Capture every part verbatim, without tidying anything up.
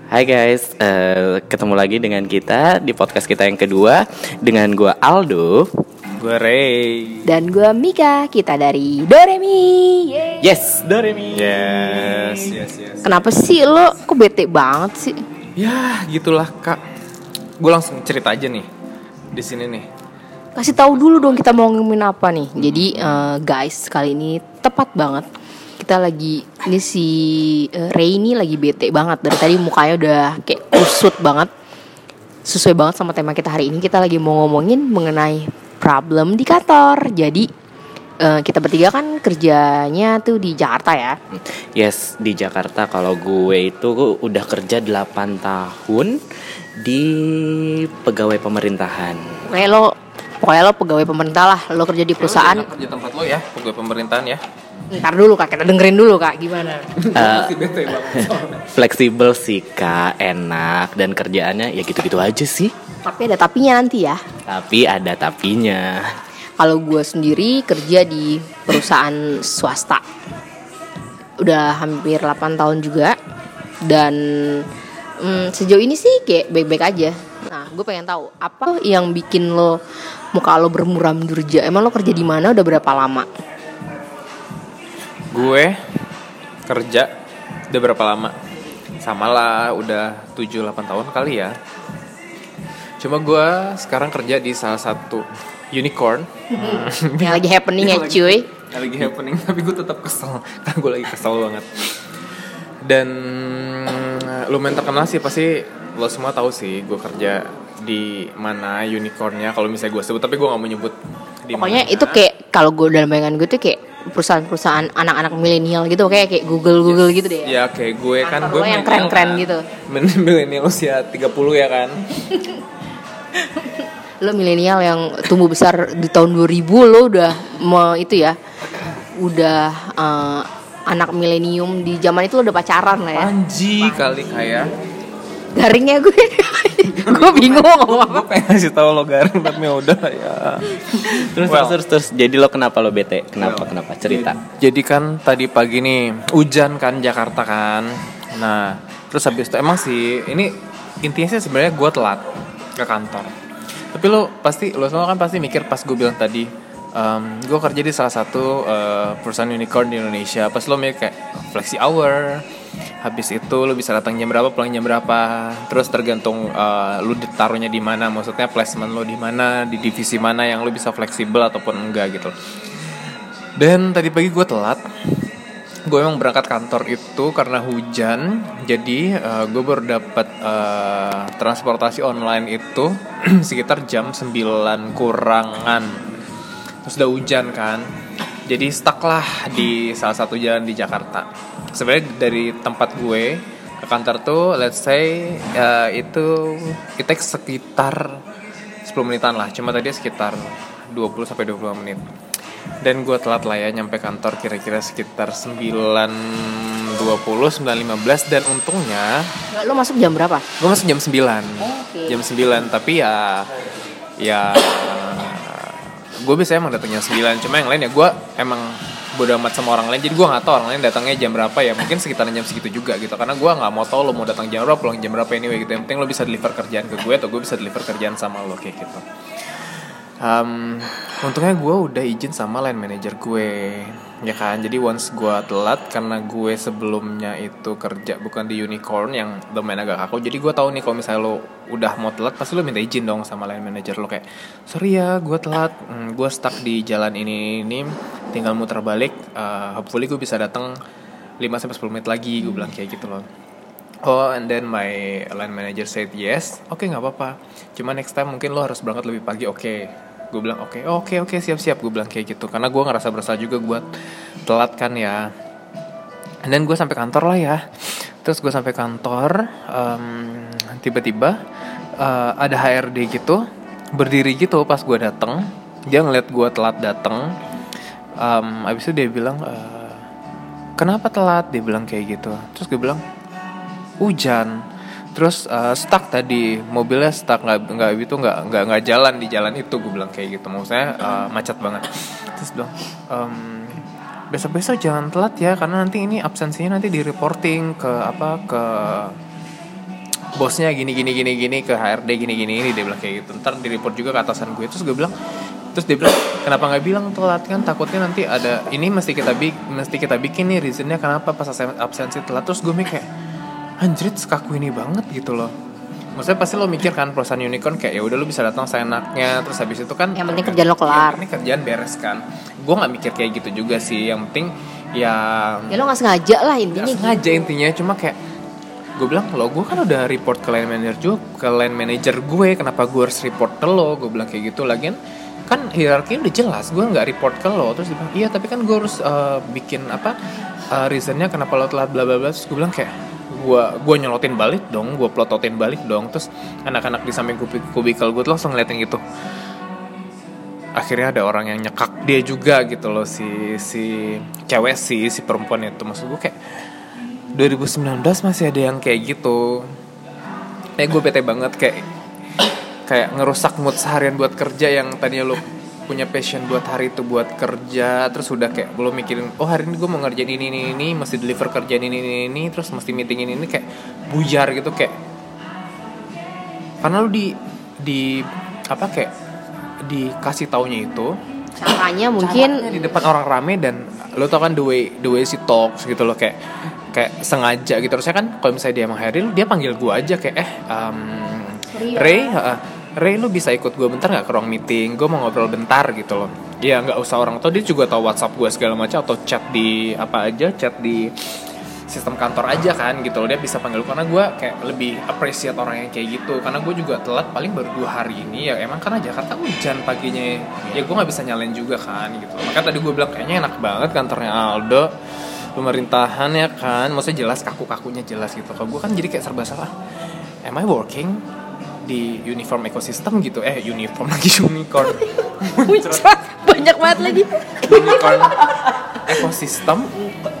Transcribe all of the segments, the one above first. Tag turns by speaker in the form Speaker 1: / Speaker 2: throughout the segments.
Speaker 1: Hai guys, uh, ketemu lagi dengan kita di podcast kita yang kedua dengan gue Aldo,
Speaker 2: gue Ray,
Speaker 3: dan gue Mika. Kita dari Doremi. Yeay.
Speaker 1: Yes, Doremi.
Speaker 2: Yes, yes, yes.
Speaker 3: Kenapa sih lo kok bete banget sih?
Speaker 2: Ya, gitulah kak. Gue langsung cerita aja nih di sini nih.
Speaker 3: Kasih tahu dulu dong kita mau ngomongin apa nih. Jadi uh, guys, kali ini tepat banget. Kita lagi ini si uh, Ray ini lagi bete banget. Dari tadi mukanya udah kayak kusut banget. Sesuai banget sama tema kita hari ini. Kita lagi mau ngomongin mengenai problem di kantor. Jadi uh, kita bertiga kan kerjanya tuh di Jakarta ya.
Speaker 1: Yes, di Jakarta. Kalau gue itu udah kerja delapan tahun di pegawai pemerintahan.
Speaker 3: Kayak lo, pokoknya lo pegawai pemerintah lah. Lo kerja di perusahaan.
Speaker 2: Kerja tempat lo ya, pegawai pemerintahan ya.
Speaker 3: Ntar dulu kak, kita dengerin dulu kak, gimana?
Speaker 1: Uh, fleksibel sih kak, enak, dan kerjaannya ya gitu-gitu aja sih.
Speaker 3: Tapi ada tapinya nanti ya.
Speaker 1: Tapi ada tapinya.
Speaker 3: Kalau gue sendiri kerja di perusahaan swasta, udah hampir delapan tahun juga. Dan hmm, sejauh ini sih kayak baik-baik aja. Nah, gue pengen tahu apa yang bikin lo muka lo bermuram durja. Emang lo kerja di mana? Udah berapa lama?
Speaker 2: Gue kerja udah berapa lama? Sama lah, udah tujuh delapan tahun kali ya. Cuma gue sekarang kerja di salah satu unicorn
Speaker 3: yang lagi happening ya cuy.
Speaker 2: Yang lagi happening, tapi gue tetap kesel. Karena gue lagi kesel banget. Dan lumayan terkenal sih, pasti lo semua tahu sih gue kerja di mana unicornnya. Kalau misalnya gue sebut, tapi gue nggak mau nyebut.
Speaker 3: Pokoknya itu kayak kalau gue dalam bayangan gue tuh kayak perusahaan-perusahaan anak-anak milenial gitu, kayak kayak Google Google yes. gitu deh.
Speaker 2: Ya kayak gue kan
Speaker 3: gue yang keren-keren gitu.
Speaker 2: Milenial usia tiga puluh ya kan.
Speaker 3: Lo milenial yang tumbuh besar di tahun dua ribu, lo udah mau itu ya. Udah uh, anak milenium di zaman itu lo udah pacaran lah ya.
Speaker 2: Panji kali kayak.
Speaker 3: Garingnya gue gue bingung ngomong apa.
Speaker 2: Gue pengen kasih tahu lo garing, tapi ya udah ya.
Speaker 1: Terus, well, terus terus jadi lo kenapa lo bete? Kenapa well, kenapa cerita?
Speaker 2: Jadi kan tadi pagi nih hujan kan Jakarta kan. Nah terus habis itu emang sih ini intinya sih sebenarnya gue telat ke kantor. Tapi lo pasti lo semua kan pasti mikir pas gue bilang tadi um, gue kerja di salah satu uh, perusahaan unicorn di Indonesia. Pas lo mikir kayak flexi hour. Habis itu lu bisa datang jam berapa, pulang jam berapa. Terus tergantung uh, lu ditaruhnya di mana, maksudnya placement lu di mana, di divisi mana yang lu bisa fleksibel ataupun enggak gitu. Dan tadi pagi gue telat. Gue emang berangkat kantor itu karena hujan. Jadi uh, gue baru dapat uh, transportasi online itu sekitar jam sembilan kurangan. Terus udah hujan kan. Jadi stuck lah di salah satu jalan di Jakarta. Sebenarnya dari tempat gue ke kantor tuh let's say uh, itu it takes sekitar sepuluh menitan lah. Cuma tadi sekitar dua puluh sampai dua puluh menit. Dan gue telat lah ya nyampe kantor kira-kira sekitar sembilan dua puluh, sembilan lima belas. Dan untungnya
Speaker 3: lo masuk jam berapa?
Speaker 2: Gue masuk jam sembilan.
Speaker 3: Oh, okay.
Speaker 2: Jam sembilan, tapi ya ya gue biasanya emang datang jam sembilan. Cuma yang lain ya gue emang bodo amat sama orang lain. Jadi gue gak tahu orang lain datangnya jam berapa ya. Mungkin sekitaran jam segitu juga gitu. Karena gue gak mau tahu lo mau datang jam berapa, pulang jam berapa anyway gitu. Yang penting lo bisa deliver kerjaan ke gue, atau gue bisa deliver kerjaan sama lo kayak gitu. um, Untungnya gue udah izin sama line manager gue, ya kan. Jadi once gue telat, karena gue sebelumnya itu kerja bukan di unicorn yang lumayan agak kaku. Jadi gue tahu nih kalau misalnya lo udah mau telat, pasti lo minta izin dong sama line manager lo, kayak sorry ya gue telat, hmm, gue stuck di jalan ini ini tinggal muter balik, uh, hopefully gue bisa datang lima sampai sepuluh menit lagi. Gue bilang kayak gitu loh. Oh, and then my line manager said yes. Oke, okay, nggak apa-apa. Cuma next time mungkin lo harus berangkat lebih pagi. Oke, okay. Gue bilang oke, okay. oke, okay, oke, okay, siap-siap. Gue bilang kayak gitu karena gue ngerasa bersalah juga buat telat kan ya. And then gue sampai kantor lah ya. Terus gue sampai kantor, um, tiba-tiba uh, ada H R D gitu berdiri gitu pas gue dateng. Dia ngeliat gue telat dateng. Um, abis itu dia bilang, e, kenapa telat? Dia bilang kayak gitu. Terus gue bilang hujan. Terus uh, stuck tadi, mobilnya stuck, nggak nggak itu nggak nggak nggak jalan di jalan itu. Gue bilang kayak gitu, maksudnya uh, macet banget. Terus bilang, um, besok-besok jangan telat ya, karena nanti ini absensinya nanti di reporting ke apa ke bosnya gini gini gini gini ke H R D gini gini ini, dia bilang kayak gitu. Ntar di report juga ke atasan gue. Terus gue bilang, terus dia bilang kenapa nggak bilang telat, kan takutnya nanti ada ini mesti kita bi mesti kita bikin nih reasonnya kenapa pas absensi telat. Terus gue mikir kayak anjrit sekaku ini banget gitu loh. Maksudnya pasti lo mikir kan perusahaan unicorn kayak ya udah lo bisa datang seenaknya, terus habis itu kan
Speaker 3: yang penting kerjaan lo kelar,
Speaker 2: ini kerjaan beres kan. Gue nggak mikir kayak gitu juga sih, yang penting ya
Speaker 3: ya lo nggak sengaja lah intinya.
Speaker 2: Nggak sengaja intinya, cuma kayak gue bilang lo gue kan udah report ke line manager juga, ke line manager gue, kenapa gue harus report ke lo, gue bilang kayak gitu. Lagian kan hierarki udah jelas, gue nggak report ke lo. Terus dia bilang iya tapi kan gue harus uh, bikin apa uh, reasonnya kenapa lo telat bla bla bla. Terus gue bilang kayak gue gue nyolotin balik dong, gue plototin balik dong. Terus anak-anak di samping kubikel gue tuh langsung ngeliatin gitu. Akhirnya ada orang yang nyekak dia juga gitu loh, si si cewek sih, si perempuan itu. Maksud gue kayak dua ribu sembilan belas masih ada yang kayak gitu. Kayak gue bete banget, kayak kayak ngerusak mood seharian buat kerja yang tadinya lo punya passion buat hari itu buat kerja, terus udah kayak belum mikirin oh hari ini gue mau ngerjain ini ini ini, mesti deliver kerjaan ini ini ini, terus mesti meeting ini ini, kayak buyar gitu. Kayak karena lo di di apa kayak dikasih taunya itu
Speaker 3: caranya mungkin
Speaker 2: caranya di depan orang rame, dan lo tau kan the way the way she talks gitu loh, kayak kayak sengaja gitu. Terusnya kan kalau misalnya dia emang Heril, dia panggil gue aja kayak eh um, Ray uh, Ray lu bisa ikut gue bentar nggak ke ruang meeting, gue mau ngobrol bentar gitu loh. Ya nggak usah orang tahu, dia juga tahu WhatsApp gue segala macam, atau chat di apa aja, chat di sistem kantor aja kan gitu loh. Dia bisa panggil gue, karena gue kayak lebih appreciate orang yang kayak gitu. Karena gue juga telat paling baru dua hari ini ya emang karena Jakarta hujan paginya, ya gue nggak bisa nyalain juga kan gitu. Makanya tadi gue bilang kayaknya enak banget kantornya Aldo, pemerintahan ya kan, maksudnya jelas kaku-kakunya jelas gitu. Kalau gue kan jadi kayak serba salah. Am I working di uniform ekosistem gitu? Eh uniform lagi unicorn.
Speaker 3: Banyak banget lagi.
Speaker 2: Unicorn ekosistem.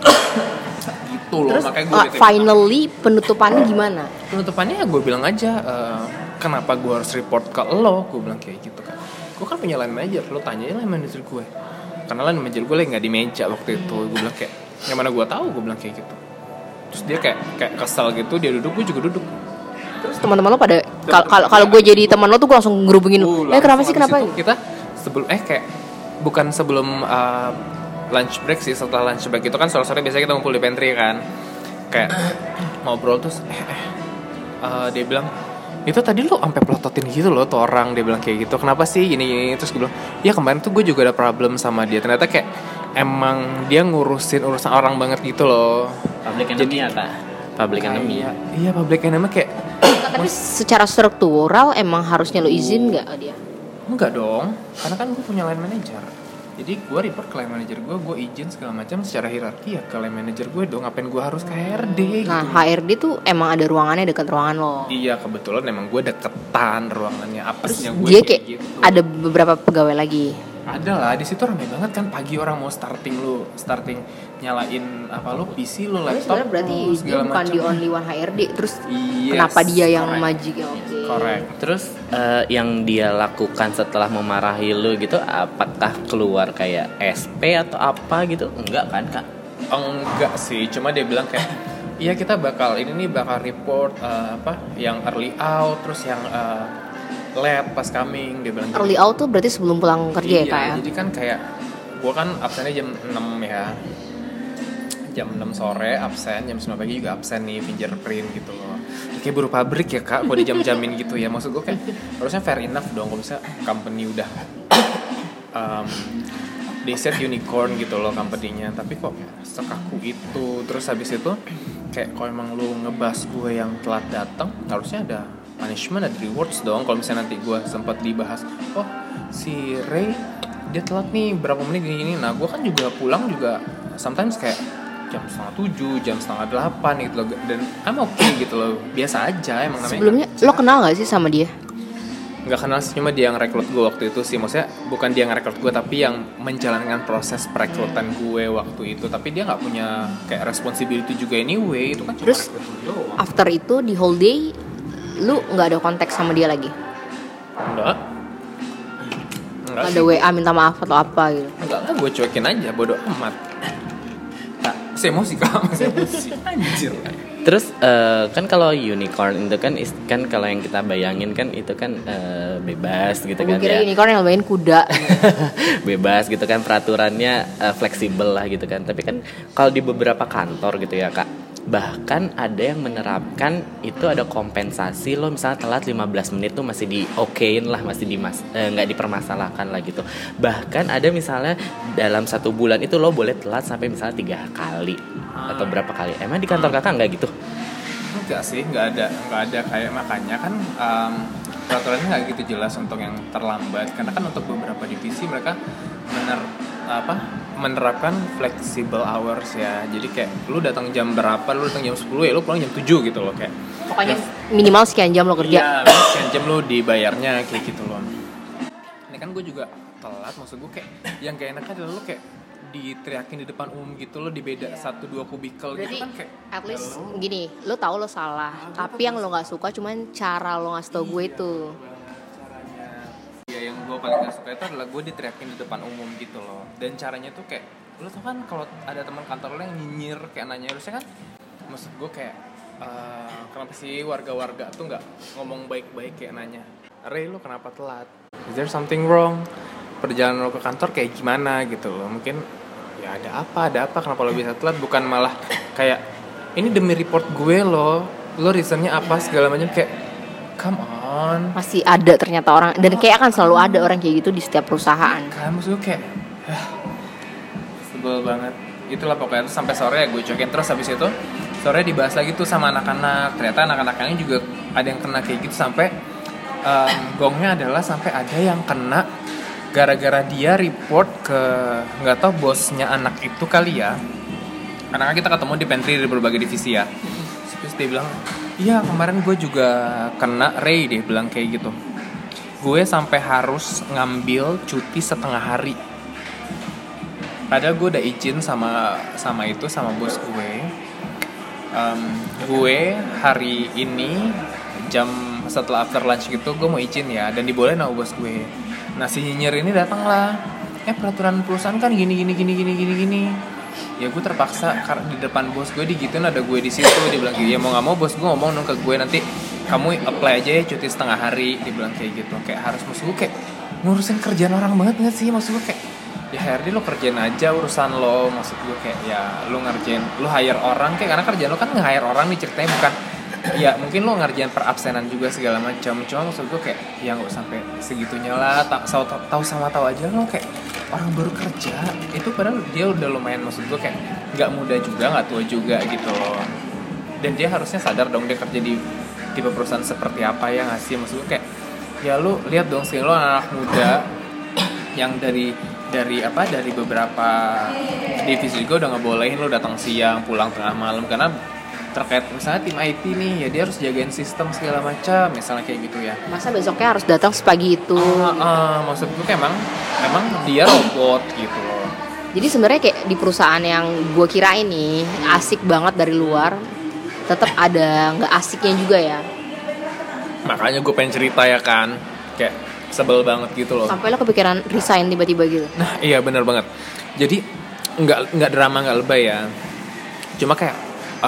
Speaker 2: Gitu loh.
Speaker 3: Terus
Speaker 2: makanya gue
Speaker 3: uh, finally penutupannya gimana?
Speaker 2: Penutupannya ya gue bilang aja uh, kenapa gue harus report ke lo, gue bilang kayak gitu kan. Gue kan punya line manager, lo tanyain line manager gue. Karena line manager gue lagi nggak di meja waktu itu. Gue bilang kayak yang mana gue tahu, gue bilang kayak gitu. Terus dia kayak kayak kesel gitu, dia duduk, gue juga duduk.
Speaker 3: Terus teman-teman lo pada kalau kalau gue jadi teman lo tuh gue langsung ngerubungin uh, eh kenapa sih kenapa
Speaker 2: kita sebelum eh kayak bukan sebelum uh, lunch break sih, setelah lunch break itu kan sore-sore biasanya kita ngumpul di pantry kan, kayak ngobrol. Terus eh, eh uh, dia bilang itu tadi lo sampai pelototin gitu loh tuh orang, dia bilang kayak gitu, kenapa sih ini ini. Terus gue bilang ya kemarin tuh gue juga ada problem sama dia, ternyata kayak emang dia ngurusin urusan orang banget gitu loh.
Speaker 1: Public enemy ya kak, public enemy.
Speaker 2: Iya, iya public enemy kayak.
Speaker 3: Tapi secara struktural emang harusnya lo izin nggak ke dia?
Speaker 2: Enggak dong, karena kan gue punya line manager. Jadi gue report ke line manager gue, gue izin segala macam secara hierarki ya ke line manager gue dong. Ngapain gue harus ke H R D gitu.
Speaker 3: Nah H R D tuh emang ada ruangannya dekat ruangan lo.
Speaker 2: Iya kebetulan emang gue deketan ruangannya, apesnya gue
Speaker 3: dia
Speaker 2: kayak,
Speaker 3: kayak
Speaker 2: gitu.
Speaker 3: Ada beberapa pegawai lagi.
Speaker 2: Ada lah, di situ ramai banget kan, pagi orang mau starting lu, starting nyalain apa lu P C lu, laptop.
Speaker 3: Sebenarnya berarti
Speaker 2: lu,
Speaker 3: dia bukan
Speaker 2: macam.
Speaker 3: di only one H R D. Terus
Speaker 2: Yes,
Speaker 3: kenapa dia yang
Speaker 2: correct.
Speaker 3: maju ya? Oke.
Speaker 2: Correct.
Speaker 1: Terus uh, yang dia lakukan setelah memarahi lu gitu, apakah keluar kayak S P atau apa gitu? Enggak kan kak?
Speaker 2: Enggak sih, cuma dia bilang kayak iya kita bakal ini nih bakal report uh, apa yang early out, terus yang uh, lab pas coming, dia bilang
Speaker 3: Early
Speaker 2: gitu.
Speaker 3: out tuh berarti sebelum pulang kerja
Speaker 2: Iya,
Speaker 3: ya kak ya?
Speaker 2: jadi kan kayak gue kan absennya jam enam ya, jam enam sore absen, jam sembilan pagi juga absen nih, fingerprint gitu loh. Kayak buru pabrik ya kak, kalau dijam-jamin gitu ya. Maksud gue kayak harusnya fair enough dong kalau misalnya company udah um, they said unicorn gitu loh company-nya, tapi kok sekaku itu. Terus habis itu kayak kalau emang lu ngebahas gue yang telat datang, harusnya ada punishment, ada rewards dong. Kalau misalnya nanti gue sempat dibahas, oh si Ray dia telat nih berapa menit gini-gini. Nah gue kan juga pulang juga sometimes kayak jam setengah tujuh, jam setengah delapan gitu loh. Dan I'm okay gitu loh, biasa aja emang namanya.
Speaker 3: Sebelumnya lo kenal gak sih sama dia?
Speaker 2: Nggak kenal sih, cuma dia yang rekrut gue waktu itu sih. Maksudnya bukan dia yang rekrut gue, tapi yang menjalankan proses perekrutan gue waktu itu. Tapi dia nggak punya kayak responsibility juga anyway. Itu kan cuma
Speaker 3: Terus
Speaker 2: rekrut doang.
Speaker 3: after itu di whole day lu nggak ada kontak sama dia lagi?
Speaker 2: Enggak. Enggak
Speaker 3: Ada
Speaker 2: sih.
Speaker 3: W A minta maaf atau apa gitu?
Speaker 2: Enggak lah, gue cuekin aja, bodo amat. Kak, masih emosi kak, masih emosi. Anjir.
Speaker 1: Terus eh, kan kalau unicorn itu kan is- kan kalau yang kita bayangin kan itu kan eh, bebas gitu
Speaker 3: Gue
Speaker 1: kan
Speaker 3: kira
Speaker 1: ya.
Speaker 3: unicorn yang main kuda.
Speaker 1: Bebas gitu kan, peraturannya eh, fleksibel lah gitu kan. Tapi kan kalau di beberapa kantor gitu ya Kak, bahkan ada yang menerapkan itu ada kompensasi lo misalnya telat lima belas menit tuh masih di okein lah, masih di mas eh, nggak dipermasalahkan lah gitu. Bahkan ada misalnya dalam satu bulan itu lo boleh telat sampai misalnya tiga kali atau berapa kali. Emang di kantor kakak nggak gitu?
Speaker 2: Enggak sih, nggak ada nggak ada kayak makanya kan um, peraturannya nggak gitu jelas untuk yang terlambat, karena kan untuk beberapa divisi mereka mener apa menerapkan flexible hours ya. Jadi kayak lu datang jam berapa, lu datang jam sepuluh ya lu pulang jam tujuh gitu loh kayak.
Speaker 3: Pokoknya minimal sekian jam lo kerja.
Speaker 2: Iya, sekian jam lu dibayarnya kayak gitu loh. Ini kan gue juga telat, maksud gue kayak yang gak enaknya adalah lu kayak diteriakin di depan umum gitu loh, di beda satu dua kubikel gitu
Speaker 3: Berarti
Speaker 2: kan kayak
Speaker 3: at least gini, lo tahu lo salah, tapi yang lo nggak suka cuman cara lo ngasih tau gue itu.
Speaker 2: caranya. Ya yang gue paling gak suka itu adalah gue diteriakin di depan umum gitu loh. Dan caranya tuh kayak lo tau kan kalau ada teman kantor lo yang nyinyir kayak nanya harusnya kan, maksud gue kayak uh, kenapa sih warga-warga tuh nggak ngomong baik-baik kayak nanya, Ray lo kenapa telat? Is there something wrong? Perjalanan lo ke kantor kayak gimana gitu loh. Mungkin ya ada apa, ada apa kenapa lo bisa telat, bukan malah kayak ini demi report gue lo, lo reasonnya apa segala macam kayak come on.
Speaker 3: Masih ada ternyata orang, dan kayak akan selalu ada orang kayak gitu di setiap perusahaan.
Speaker 2: Kan maksud gue kayak ah, sebel banget. Itulah pokoknya terus sampai sore ya gue cuekin, terus habis itu sore dibahas lagi tuh sama anak-anak. Ternyata anak-anaknya juga ada yang kena kayak gitu, sampai um, gongnya adalah sampai ada yang kena gara-gara dia report ke nggak tahu bosnya anak itu kali ya. Karena kita ketemu di pantry di berbagai divisi ya. Terus dia bilang, iya kemarin gue juga kena, Ray, dia bilang kayak gitu. Gue sampai harus ngambil cuti setengah hari. Padahal gue udah izin sama sama itu sama bos gue. Um, gue hari ini jam setelah after lunch gitu gue mau izin ya, dan dibolehin sama bos gue. Nah si nyinyir ini datang lah, eh peraturan perusahaan kan gini gini gini gini gini gini. Ya gue terpaksa karena di depan bos gue digituin, ada gue di situ. Dia bilang gitu, ya mau nggak mau bos gue ngomong dong ke gue, nanti kamu apply aja ya cuti setengah hari. Dia bilang kayak gitu, kayak harus, maksud gue kayak ngurusin kerjaan orang banget nggak sih? Maksud gue kayak ya Herdi lo kerjain aja urusan lo. Maksud gue kayak ya lo ngerjain, lo hire orang kayak, karena kerjaan lo kan nge-hire orang nih ceritanya, bukan ya mungkin lo ngerjain per absenan juga segala macam. Cuma maksud gue kayak ya nggak sampai segitunya lah. Tahu tahu sama tahu aja lo kayak orang baru kerja itu, padahal dia udah lumayan, maksud gue kayak nggak muda juga nggak tua juga gitu loh. Dan dia harusnya sadar dong dia kerja di tipe perusahaan seperti apa ya nggak sih. Maksud gue kayak ya lo lihat dong sih, lo anak muda yang dari dari apa dari beberapa divisi juga udah ngebolehin lo datang siang pulang tengah malam, karena terkait misalnya tim I T nih ya dia harus jagain sistem segala macam misalnya kayak gitu ya.
Speaker 3: Masa besoknya harus datang sepagi itu?
Speaker 2: Uh, uh, maksud gue emang emang dia robot gitu loh.
Speaker 3: Jadi sebenarnya kayak di perusahaan yang gue kira ini asik banget dari luar, tetap ada nggak asiknya juga ya.
Speaker 2: Makanya gue pengen cerita ya kan, kayak sebel banget gitu loh.
Speaker 3: Sampai lo kepikiran resign tiba-tiba gitu.
Speaker 2: Nah iya benar banget. Jadi nggak nggak drama nggak lebay ya. Cuma kayak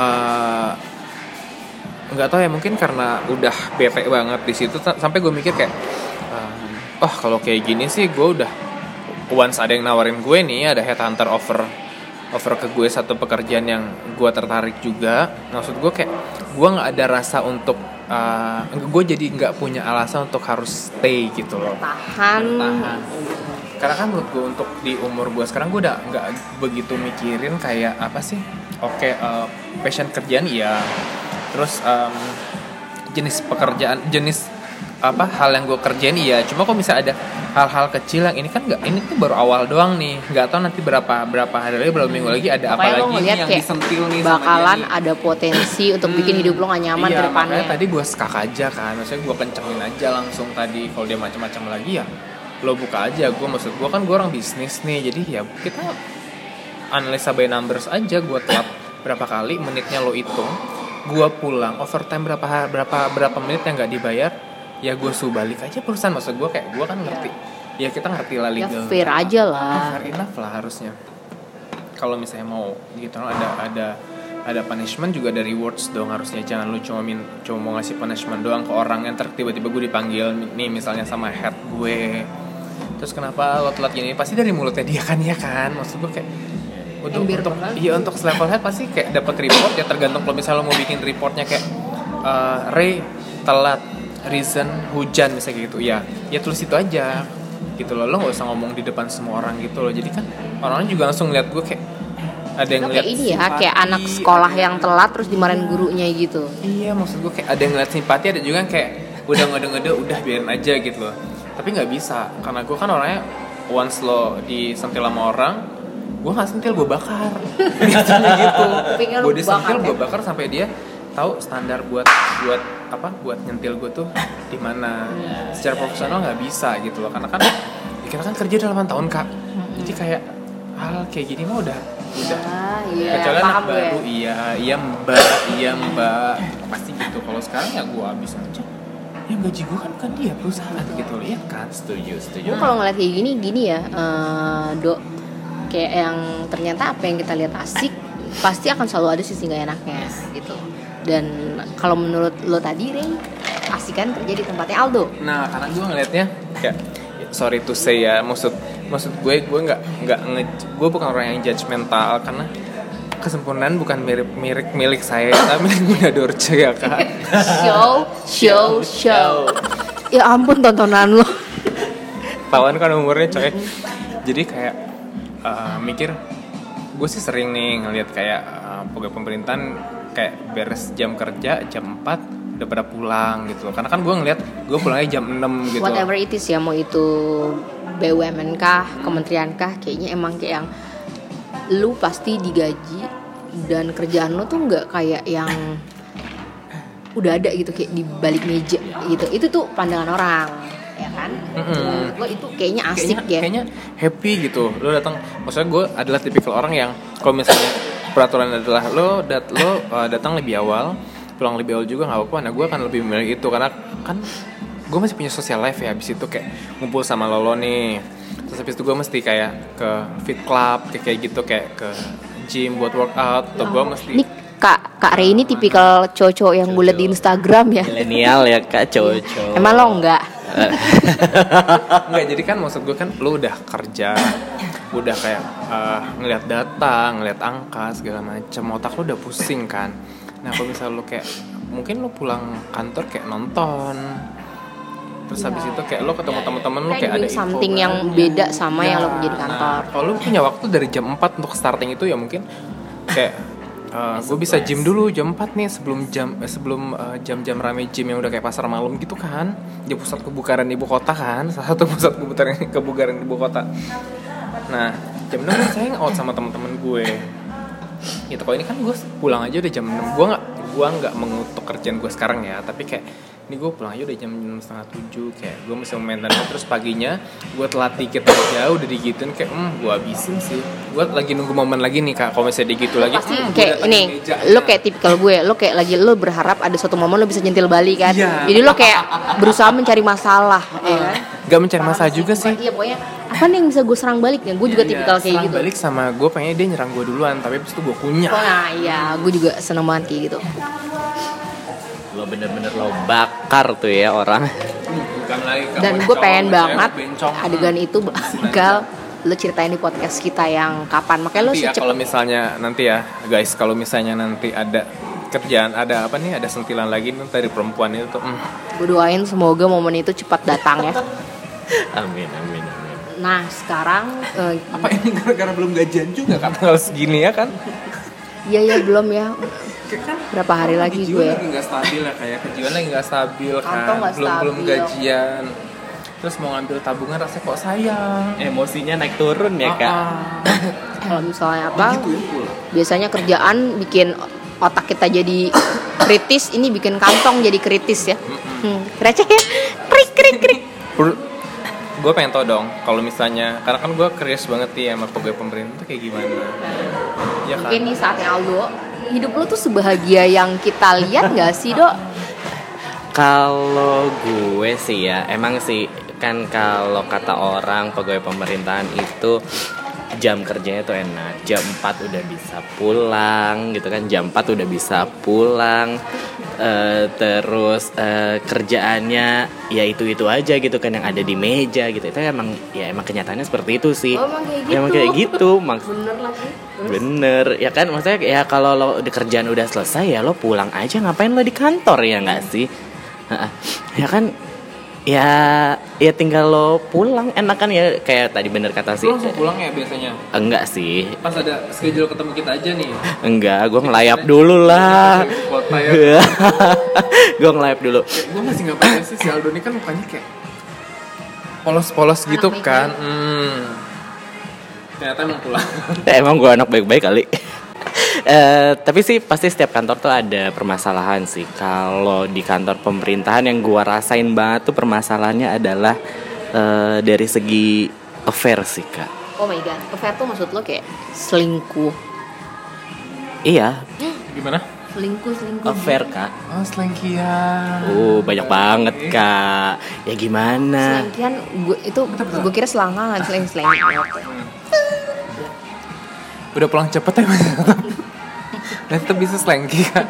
Speaker 2: nggak uh, tahu ya, mungkin karena udah bete banget di situ t- sampai gue mikir kayak uh, oh kalau kayak gini sih gue udah, once ada yang nawarin gue nih, ada headhunter offer offer ke gue satu pekerjaan yang gue tertarik juga, maksud gue kayak gue nggak ada rasa untuk uh, gue jadi nggak punya alasan untuk harus stay gitu loh,
Speaker 3: Tahan.
Speaker 2: Tahan. Karena kan menurut gue untuk di umur gue sekarang gue udah nggak begitu mikirin kayak apa sih. Oke, okay, uh, passion kerjaan iya. Terus um, jenis pekerjaan, jenis apa hal yang gue kerjain iya. Cuma kok bisa ada hal-hal kecil yang ini kan nggak, ini tuh baru awal doang nih. Nggak tahu nanti berapa berapa hari lagi, berapa minggu lagi ada apa lagi nih yang disentil nih sama
Speaker 3: bakalan
Speaker 2: dia nih.
Speaker 3: Ada potensi untuk hmm, bikin hidup lo nggak nyaman
Speaker 2: iya,
Speaker 3: ke depannya.
Speaker 2: Makanya tadi gue skak aja kan, maksudnya gue kencengin aja langsung tadi. Kalau dia macam-macam lagi ya lo buka aja. Gue maksud gue kan gue orang bisnis nih, jadi ya kita analisa by numbers aja. Gue telat berapa kali, menitnya lo hitung, gue pulang overtime berapa berapa berapa menit yang nggak dibayar, ya gue suruh balik aja perusahaan. Maksud gue kayak gue kan ngerti, ya kita ngerti lah legal,
Speaker 3: ya fair aja lah,
Speaker 2: fair enough lah harusnya. Kalau misalnya mau gitu ada ada ada punishment juga ada rewards dong harusnya. Jangan lu cuma min, cuma mau ngasih punishment doang ke orang yang ter tiba-tiba gue dipanggil nih misalnya sama head gue. Terus kenapa lo telat gini? Pasti dari mulutnya dia kan ya kan. Maksud gue kayak untuk untuk iya untuk level head pasti kayak dapat report ya tergantung kalau misalnya lo mau bikin reportnya kayak uh, Ray telat reason hujan misalnya gitu ya. Ya tulis itu aja gitu loh. Lo nggak usah ngomong di depan semua orang gitu loh. Jadi kan orang-orang juga langsung ngeliat gue kayak ada yang ngeliat
Speaker 3: kayak ini ya
Speaker 2: simpati,
Speaker 3: kayak anak sekolah yang telat terus dimarahin gurunya gitu.
Speaker 2: Iya maksud gue kayak ada yang ngeliat simpati, ada juga yang kayak udah ngede-ngede udah biarin aja gitu loh. Tapi nggak bisa karena gue kan orangnya once lo disentil sama orang gue nggak sentil gue bakar biasanya gitu. Gue disentil gue bakar sampai dia tahu standar buat buat apa buat nyentil gue tuh di mana. Secara profesional nggak bisa gitu loh karena kan kita kan kerja delapan tahun kak. Jadi kayak hal kayak gini mah udah udah
Speaker 3: ah, iya,
Speaker 2: kecuali anak
Speaker 3: paham
Speaker 2: baru
Speaker 3: gue.
Speaker 2: iya iya mbak iya mbak pasti gitu. Kalau sekarang ya gue habis aja yang gaji gue kan bukan dia perusahaan gitu loh ya kan.
Speaker 1: Setuju, setuju.
Speaker 3: Gue kalau ngeliat kayak gini gini ya uh, dok kayak yang ternyata apa yang kita lihat asik pasti akan selalu ada sisi nggak enaknya gitu. Dan kalau menurut lo tadi Ray asik kan kerja di tempatnya Aldo.
Speaker 2: Nah karena gue ngelihatnya kayak sorry to say ya maksud maksud gue gue nggak nggak nge gue bukan orang yang judgmental karena kesempurnaan bukan milik milik milik saya tapi milik Bunda Dorce ya kak.
Speaker 3: show show show ya ampun tontonan lo
Speaker 2: Tawan kan umurnya coy. Jadi kayak uh, mikir gue sih sering nih ngelihat kayak uh, pegawai pemerintahan kayak beres jam kerja jam empat udah pada pulang gitu loh. Karena kan gue ngelihat gue pulangnya jam enam gitu.
Speaker 3: Whatever it is ya, mau itu B U M N kah, kementerian kah, kayaknya emang kayak yang lu pasti digaji dan kerjaan lu tuh nggak kayak yang udah ada gitu kayak di balik meja gitu. Itu tuh pandangan orang, ya kan? Mm-hmm. Gue itu kayaknya asik
Speaker 2: kayaknya,
Speaker 3: ya.
Speaker 2: Kayaknya happy gitu. Lo datang, maksudnya gue adalah tipikal orang yang kalau misalnya peraturan adalah lo dat lo uh, datang lebih awal, pulang lebih awal juga nggak apa-apa. Nah gue akan lebih memilih itu karena kan gue masih punya social life ya. Abis itu kayak ngumpul sama Lolo nih. Terus habis itu gue mesti kayak ke fit club kayak kayak gitu, kayak ke gym buat workout. Atau gue mesti
Speaker 3: Nih kak kak Ray ini tipikal cowok yang gue liat di Instagram ya.
Speaker 1: Milenial ya kak, cowok.
Speaker 3: Emang lo enggak?
Speaker 2: Enggak, jadi kan maksud gue kan lo udah kerja, udah kayak uh, ngeliat data, ngeliat angka segala macam, otak lo udah pusing kan. Nah kalau misalnya lo kayak mungkin lo pulang kantor kayak nonton, terus habis itu kayak lo ketemu teman-teman lo kayak ada info
Speaker 3: something yang
Speaker 2: baru.
Speaker 3: beda sama
Speaker 2: Ya,
Speaker 3: yang lo kerja di kantor.
Speaker 2: Nah, kalau lo punya waktu dari jam empat untuk starting itu ya mungkin kayak Uh, gue bisa gym dulu jam empat nih sebelum jam eh, sebelum uh, jam-jam rame gym yang udah kayak pasar malam gitu kan, di pusat kebugaran ibu kota kan, salah satu pusat kebugaran kebugaran ibu kota. Nah jam enam saya out sama teman-teman gue. Gitu kalau ini kan gue pulang aja udah jam enam. Gue nggak gue nggak mengutuk kerjaan gue sekarang ya, tapi kayak ini gue pulang aja udah jam enam setengah tujuh, kayak gue mesti maintenance. Terus paginya gue telat dikit aja udah digituin kayak hmm gue habisin sih. Gue lagi nunggu momen lagi nih kak, kalau misalnya digitu lagi
Speaker 3: Pasti
Speaker 2: hmm,
Speaker 3: kayak ini lo kayak tipikal gue, lo kayak lagi lo berharap ada suatu momen lo bisa nyentil balik kan.
Speaker 2: Iya.
Speaker 3: Jadi lo kayak berusaha mencari masalah, ya kan?
Speaker 2: Gak mencari masalah juga sih.
Speaker 3: Iya pokoknya apa nih yang bisa gue serang balik ya? Gue juga tipikal kayak
Speaker 2: serang
Speaker 3: gitu.
Speaker 2: balik sama gue pengennya dia nyerang gue duluan, tapi abis itu gue kunyah.
Speaker 3: Oh, nah iya, gue juga seneng banget kayak gitu.
Speaker 1: Lo bener-bener lo bakar tuh ya orang.
Speaker 2: Bukan lagi kamu
Speaker 3: Dan gue
Speaker 2: bencong,
Speaker 3: pengen
Speaker 2: saya
Speaker 3: banget
Speaker 2: bencong.
Speaker 3: adegan itu bakal lo ceritain di podcast kita yang kapan. Makanya lo
Speaker 2: Nanti ya
Speaker 3: secepat.
Speaker 2: kalau misalnya nanti ya guys, kalau misalnya nanti ada kerjaan, ada apa nih, ada sentilan lagi nih dari perempuan itu tuh. Mm.
Speaker 3: Gue doain semoga momen itu cepat datang ya.
Speaker 1: Amin, amin, amin.
Speaker 3: Nah sekarang eh,
Speaker 2: Apa ini gara-gara belum gajian juga kan tanggal segini ya kan?
Speaker 3: iya ya belum ya. Berapa hari lagi
Speaker 2: Kejiwan
Speaker 3: gue?
Speaker 2: lagi nggak stabil ya, kayak kejiwan lagi nggak stabil kan,
Speaker 3: Kantong nggak
Speaker 2: belum belum
Speaker 3: stabil.
Speaker 2: gajian. Terus mau ngambil tabungan rasanya kok sayang.
Speaker 1: Emosinya naik turun ya kak.
Speaker 3: Kalau misalnya apa?
Speaker 2: Digituin pula.
Speaker 3: Biasanya kerjaan bikin otak kita jadi kritis, ini bikin kantong jadi kritis ya. Hmm, receh ya? Krik krik krik.
Speaker 2: Gue pengen tau dong kalau misalnya, karena kan gue curious banget nih sama pegawai pemerintah tuh kayak gimana ya kan.
Speaker 3: Mungkin nih saatnya Aldo, hidup lo tuh sebahagia yang kita lihat nggak sih dok?
Speaker 1: Kalau gue sih ya, emang sih kan kalau kata orang pegawai pemerintahan itu jam kerjanya tuh enak, jam empat udah bisa pulang gitu kan, jam empat udah bisa pulang. Uh, terus uh, kerjaannya ya itu-itu aja gitu kan yang ada di meja gitu. Itu emang ya emang kenyataannya seperti itu sih.
Speaker 3: Oh, emang kayak gitu.
Speaker 1: Ya, emang kayak gitu, Maks.
Speaker 3: Bener lagi. Terus?
Speaker 1: Bener, ya kan maksudnya ya kalau lo di kerjaan udah selesai ya lo pulang aja, ngapain lo di kantor ya nggak sih? Ya kan, ya ya tinggal lo pulang, enak kan ya kayak tadi bener kata sih.
Speaker 2: Lo langsung pulang ya biasanya?
Speaker 1: Enggak sih.
Speaker 2: Pas ada schedule ketemu kita aja nih.
Speaker 1: Enggak, gue ngelayap dulu lah.
Speaker 2: Kota ya.
Speaker 1: Gue ngelayap dulu.
Speaker 2: Gue masih nggak paham sih si Aldo ini kan mukanya kayak polos-polos gitu
Speaker 3: Anak
Speaker 2: kan. Hmm. Ternyata emang pulang.
Speaker 1: Emang gue anak baik-baik kali. Uh, tapi sih pasti setiap kantor tuh ada permasalahan sih. Kalau di kantor pemerintahan yang gue rasain banget tuh permasalahannya adalah uh, dari segi affair sih kak.
Speaker 3: Oh my god, affair tuh maksud lo kayak selingkuh?
Speaker 1: Iya.
Speaker 3: Selingkuh
Speaker 2: Gimana?
Speaker 3: selingkuh.
Speaker 1: Affair kak.
Speaker 2: Oh selengkia.
Speaker 1: Uh banyak banget kak. Ya gimana?
Speaker 3: Selingkihan gue itu gue kira selangkangan, seleng seleng.
Speaker 2: Udah pulang cepet ya mas. Dan tetap bisa selengki kan.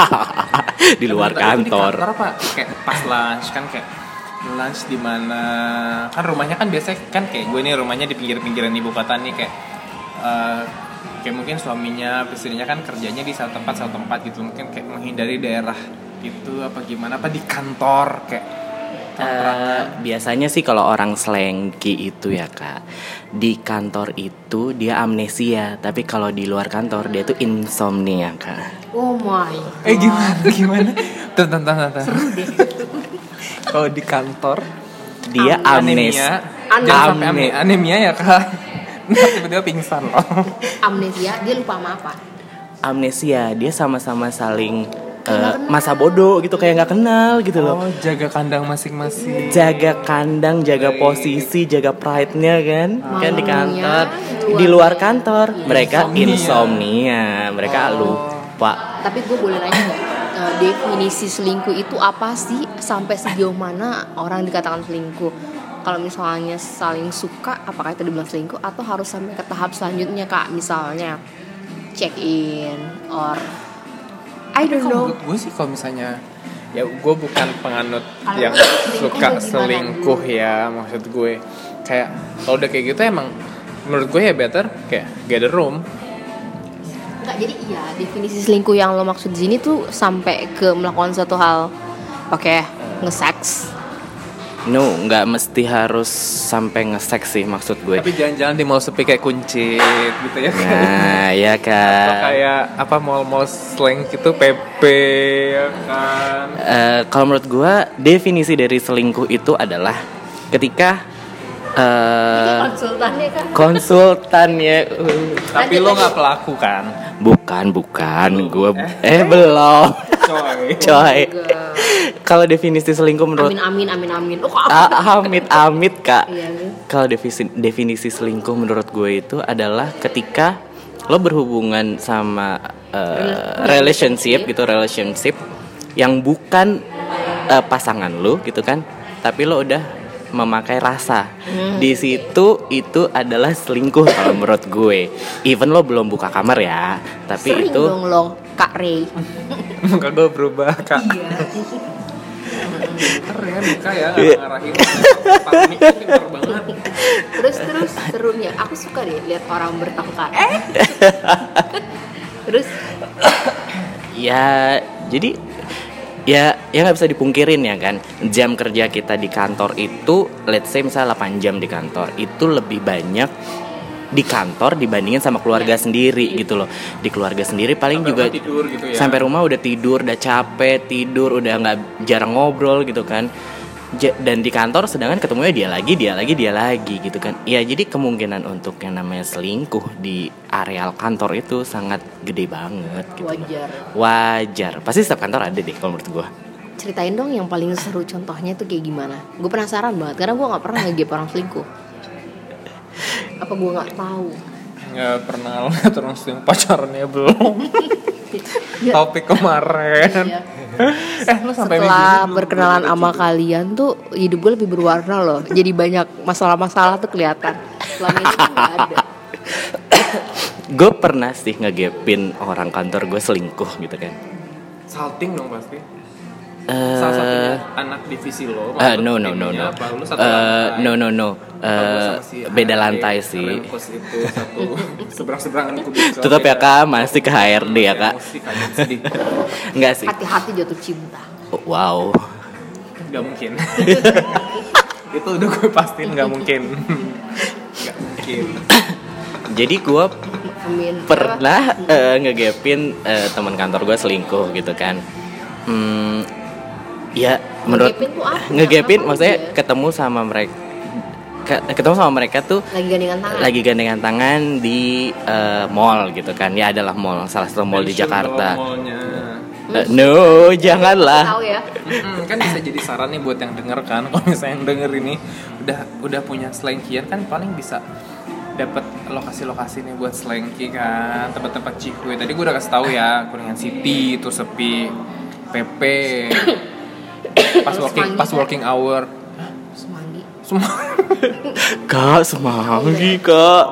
Speaker 1: Di luar kantor.
Speaker 2: Di kantor apa? Kayak pas lunch kan kayak lunch di mana kan rumahnya kan biasanya kan kayak gue nih rumahnya di pinggir-pinggiran ibu kota nih kayak uh, kayak mungkin suaminya, istrinya kan kerjanya di satu tempat satu tempat gitu, mungkin kayak menghindari daerah gitu apa gimana apa di kantor kayak
Speaker 1: Uh, biasanya sih kalau orang selengki itu ya kak, di kantor itu dia amnesia, tapi kalau di luar kantor dia tuh insomnia kak.
Speaker 3: Oh my god.
Speaker 2: Eh gimana gimana? Tentang tentang tentang. Kalau di kantor
Speaker 1: dia amnesia.
Speaker 2: Anemia. Jangan sampai anemia, anemia ya kak. Nah, tiba-tiba pingsan loh.
Speaker 3: Amnesia, dia lupa sama apa?
Speaker 1: Amnesia, dia sama-sama saling uh, masa bodoh gitu, kayak nggak kenal gitu loh.
Speaker 2: Oh, jaga kandang masing-masing.
Speaker 1: Jaga kandang, jaga posisi, jaga pride-nya kan,
Speaker 3: Malunya,
Speaker 1: kan di kantor,
Speaker 3: luar
Speaker 1: di luar
Speaker 3: biasa.
Speaker 1: kantor mereka
Speaker 2: Insomnia.
Speaker 1: insomnia, mereka
Speaker 3: Oh.
Speaker 1: lupa.
Speaker 3: Tapi gue boleh nanya nggak, uh, definisi selingkuh itu apa sih? Sampai sejauh mana orang dikatakan selingkuh? Kalau misalnya saling suka, apakah itu dibilang selingkuh? Atau harus sampai ke tahap selanjutnya kak? Misalnya check in or I don't
Speaker 2: Kalau
Speaker 3: know.
Speaker 2: menurut gue sih kalau misalnya ya gue bukan penganut
Speaker 3: Kalau
Speaker 2: yang
Speaker 3: selingkuh
Speaker 2: suka
Speaker 3: tuh gimana
Speaker 2: selingkuh
Speaker 3: dulu?
Speaker 2: ya, maksud gue kayak kalau udah kayak gitu emang menurut gue ya better kayak get a room.
Speaker 3: Enggak, jadi iya definisi selingkuh yang lo maksud di sini tuh sampai ke melakukan satu hal, oke, nge-sex.
Speaker 1: No, nggak mesti harus sampai nge-sex sih maksud gue.
Speaker 2: Tapi jangan-jangan di mall sepi kayak kunci gitu ya kan.
Speaker 1: Nah, ya
Speaker 2: Atau
Speaker 1: kan.
Speaker 2: kayak apa mall-mall slang gitu P P ya kan.
Speaker 1: Eh, kalau menurut gue definisi dari selingkuh itu adalah ketika eh
Speaker 3: Konsultannya kan.
Speaker 1: konsultan ya. uh,
Speaker 2: Tapi lo nggak pelaku kan.
Speaker 1: Bukan, bukan. Gue eh belum.
Speaker 2: Coy.
Speaker 1: Coy. Kalau definisi selingkuh menurut
Speaker 3: Amin amin amin amin. Oh, kok
Speaker 1: Ah, amit amit kak.
Speaker 3: Iya, nih.
Speaker 1: Kalau definisi definisi selingkuh menurut gue itu adalah ketika lo berhubungan sama uh, relationship gitu, relationship yang bukan uh, pasangan lo gitu kan, tapi lo udah memakai rasa.
Speaker 3: Hmm.
Speaker 1: Di situ itu adalah selingkuh kalau menurut gue. Even lo belum buka kamar ya, tapi
Speaker 3: Sering
Speaker 1: itu
Speaker 3: dong lo Kak Ray.
Speaker 2: Muka gue berubah kak.
Speaker 3: Iya.
Speaker 2: Pinter ya muka ya ngarah-ngarahin. Panik pinter banget.
Speaker 3: Terus terus serunya, aku suka deh lihat orang bertengkar. Eh. Terus
Speaker 1: ya jadi ya ya nggak bisa dipungkirin ya kan, jam kerja kita di kantor itu let's say misalnya delapan jam di kantor itu lebih banyak di kantor dibandingin sama keluarga sendiri gitu loh. Di keluarga sendiri paling
Speaker 2: Sampai
Speaker 1: juga
Speaker 2: rumah tidur gitu ya.
Speaker 1: sampai rumah udah tidur, udah capek tidur, udah nggak jarang ngobrol gitu kan. Ja- dan di kantor sedangkan ketemunya dia lagi dia lagi dia lagi gitu kan. Ya jadi kemungkinan untuk yang namanya selingkuh di areal kantor itu sangat gede banget gitu loh.
Speaker 3: wajar.
Speaker 1: Wajar, pasti setiap kantor ada deh kalau menurut gue.
Speaker 3: Ceritain dong yang paling seru contohnya tuh kayak gimana? Gue penasaran banget karena gue nggak pernah ngegep orang selingkuh. Apa gue nggak tahu?
Speaker 2: Nggak pernah lihat orang selingkuh pacarannya belum. Topik kemarin.
Speaker 3: Iya.
Speaker 2: Eh lo sampai
Speaker 3: Setelah
Speaker 2: minggu
Speaker 3: berkenalan sama kalian tuh hidup gue lebih berwarna loh. Jadi banyak masalah-masalah tuh kelihatan. Selama ini tuh nggak ada.
Speaker 1: Gue pernah sih ngegepin orang kantor gue selingkuh gitu kan.
Speaker 2: Salting dong pasti.
Speaker 1: Eh,
Speaker 2: Salah satunya anak divisi lo.
Speaker 1: Uh, no no no no.
Speaker 2: Apa? Lu satu
Speaker 1: Uh,
Speaker 2: lantai.
Speaker 1: no no no.
Speaker 2: Apa gua
Speaker 1: Uh,
Speaker 2: sama si
Speaker 1: beda
Speaker 2: H R D,
Speaker 1: lantai sih.
Speaker 2: Remkos itu satu seberang-seberangan kubikel.
Speaker 1: Tetap ya
Speaker 2: beda.
Speaker 1: kak, masih ke H R D ya kak.
Speaker 2: Emosi, kaget, sedih.
Speaker 1: Enggak sih.
Speaker 3: Hati-hati jatuh cinta.
Speaker 1: Wow.
Speaker 2: Gak mungkin. Itu udah gue pastiin gak mungkin. Gak mungkin.
Speaker 1: Jadi gue
Speaker 3: Amin.
Speaker 1: pernah uh, ngegepin uh, teman kantor gue selingkuh gitu kan. Hmm, ya menurut
Speaker 3: Ngegepin tuh apa?
Speaker 1: ngegepin
Speaker 3: Apa
Speaker 1: maksudnya
Speaker 3: aja?
Speaker 1: ketemu sama mereka ketemu sama mereka tuh
Speaker 3: Lagi gandengan tangan.
Speaker 1: lagi gandengan tangan di uh, mall gitu kan. Ya adalah mall, salah satu mall di
Speaker 2: Mention
Speaker 1: Jakarta.
Speaker 2: dong mallnya.
Speaker 1: Uh, no, janganlah.
Speaker 3: Tahu ya.
Speaker 2: Mm-mm, kan bisa jadi saran nih buat yang denger kan. Kalau misalnya yang denger ini udah udah punya selengkian kan paling bisa dapat lokasi-lokasi nih buat selengki kan, tempat-tempat cihuy. Tadi gue udah kasih tahu ya, Kuningan City itu sepi, P P. Pas working pas working hour.
Speaker 3: Semanggi.
Speaker 2: Semua
Speaker 1: Kak, semanggi kak.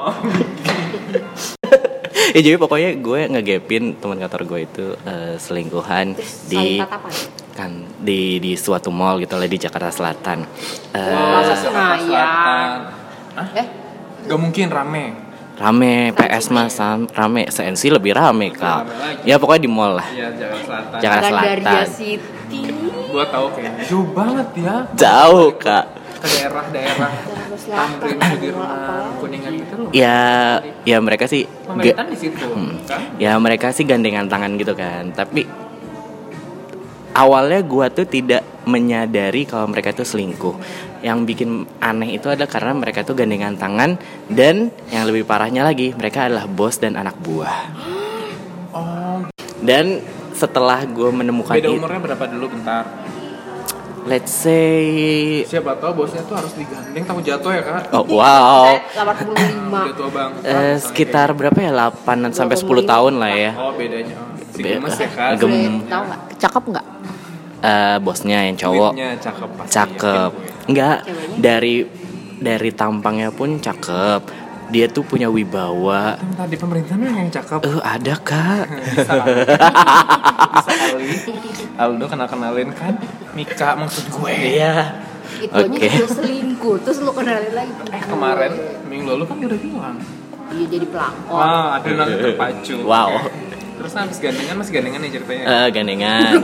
Speaker 1: Ya jadi pokoknya gue ngegepin teman kantor gue itu uh, selingkuhan
Speaker 3: Terus
Speaker 1: di
Speaker 3: saling tatapan.
Speaker 1: kan di di suatu mall gitu lah di Jakarta Selatan. Uh,
Speaker 3: Plaza Senayan.
Speaker 2: Selatan. Hah?
Speaker 3: Eh,
Speaker 2: Gak mungkin rame.
Speaker 1: Rame, P S mas rame, S N C lebih rame kak.
Speaker 2: Rame lagi.
Speaker 1: Ya pokoknya di mall lah.
Speaker 2: Iya, Jakarta Selatan.
Speaker 1: Jakarta
Speaker 3: Gandaria
Speaker 1: Selatan.
Speaker 3: City.
Speaker 2: Gua tahu kayaknya jauh banget ya.
Speaker 1: Jauh kak.
Speaker 2: Ke daerah-daerah
Speaker 3: Jakarta Selatan.
Speaker 2: Tamrin,
Speaker 3: Apa
Speaker 2: Sudirman,
Speaker 3: lagi?
Speaker 2: Kuningan gitu loh.
Speaker 1: Ya, ya mereka sih.
Speaker 2: Pemerintahan
Speaker 1: ga-
Speaker 2: di situ,
Speaker 1: Hmm.
Speaker 2: kan?
Speaker 1: Ya mereka sih gandengan tangan gitu kan. Tapi awalnya gua tuh tidak menyadari kalau mereka itu selingkuh. Yang bikin aneh itu adalah karena mereka tuh gandengan tangan. Dan yang lebih parahnya lagi, mereka adalah bos dan anak buah.
Speaker 2: Oh,
Speaker 1: Dan setelah gue menemukan
Speaker 2: beda
Speaker 1: itu,
Speaker 2: umurnya berapa dulu bentar?
Speaker 1: let's say,
Speaker 2: Siapa tahu bosnya tuh harus digandeng takut jatuh ya kak?
Speaker 1: oh wow,
Speaker 3: Eh, delapan puluh lima.
Speaker 2: Udah tua bang.
Speaker 1: eh, sekitar berapa ya, delapan sampai sepuluh tahun lah ya.
Speaker 2: Oh bedanya. Oh, si
Speaker 1: Be-
Speaker 2: gemes ya kak.
Speaker 1: gem-
Speaker 3: Boleh tahu nggak? Cakep nggak?
Speaker 1: Eh, bosnya yang cowok
Speaker 2: Duitnya cakep pasti.
Speaker 1: cakep,
Speaker 2: yakin gue.
Speaker 1: enggak
Speaker 3: Ceweknya?
Speaker 1: dari dari tampangnya pun cakep, dia tuh punya wibawa.
Speaker 2: Bentar, di pemerintahan yang cakep.
Speaker 1: Eh ada kak.
Speaker 2: Bisa kali. Bisa kali. Aldo kenal-kenalin kan Mika maksud gue.
Speaker 1: Iya.
Speaker 3: Itu aja
Speaker 1: Oke.
Speaker 3: udah selingkuh. Terus lu kenalin lagi.
Speaker 2: Eh kemarin minggu lalu kan udah bilang.
Speaker 3: Iya jadi pelakor.
Speaker 2: Wah, adonan terpacu.
Speaker 1: Wow.
Speaker 2: Terus habis gandengan masih gandengan nih ceritanya.
Speaker 1: Eh gandengan.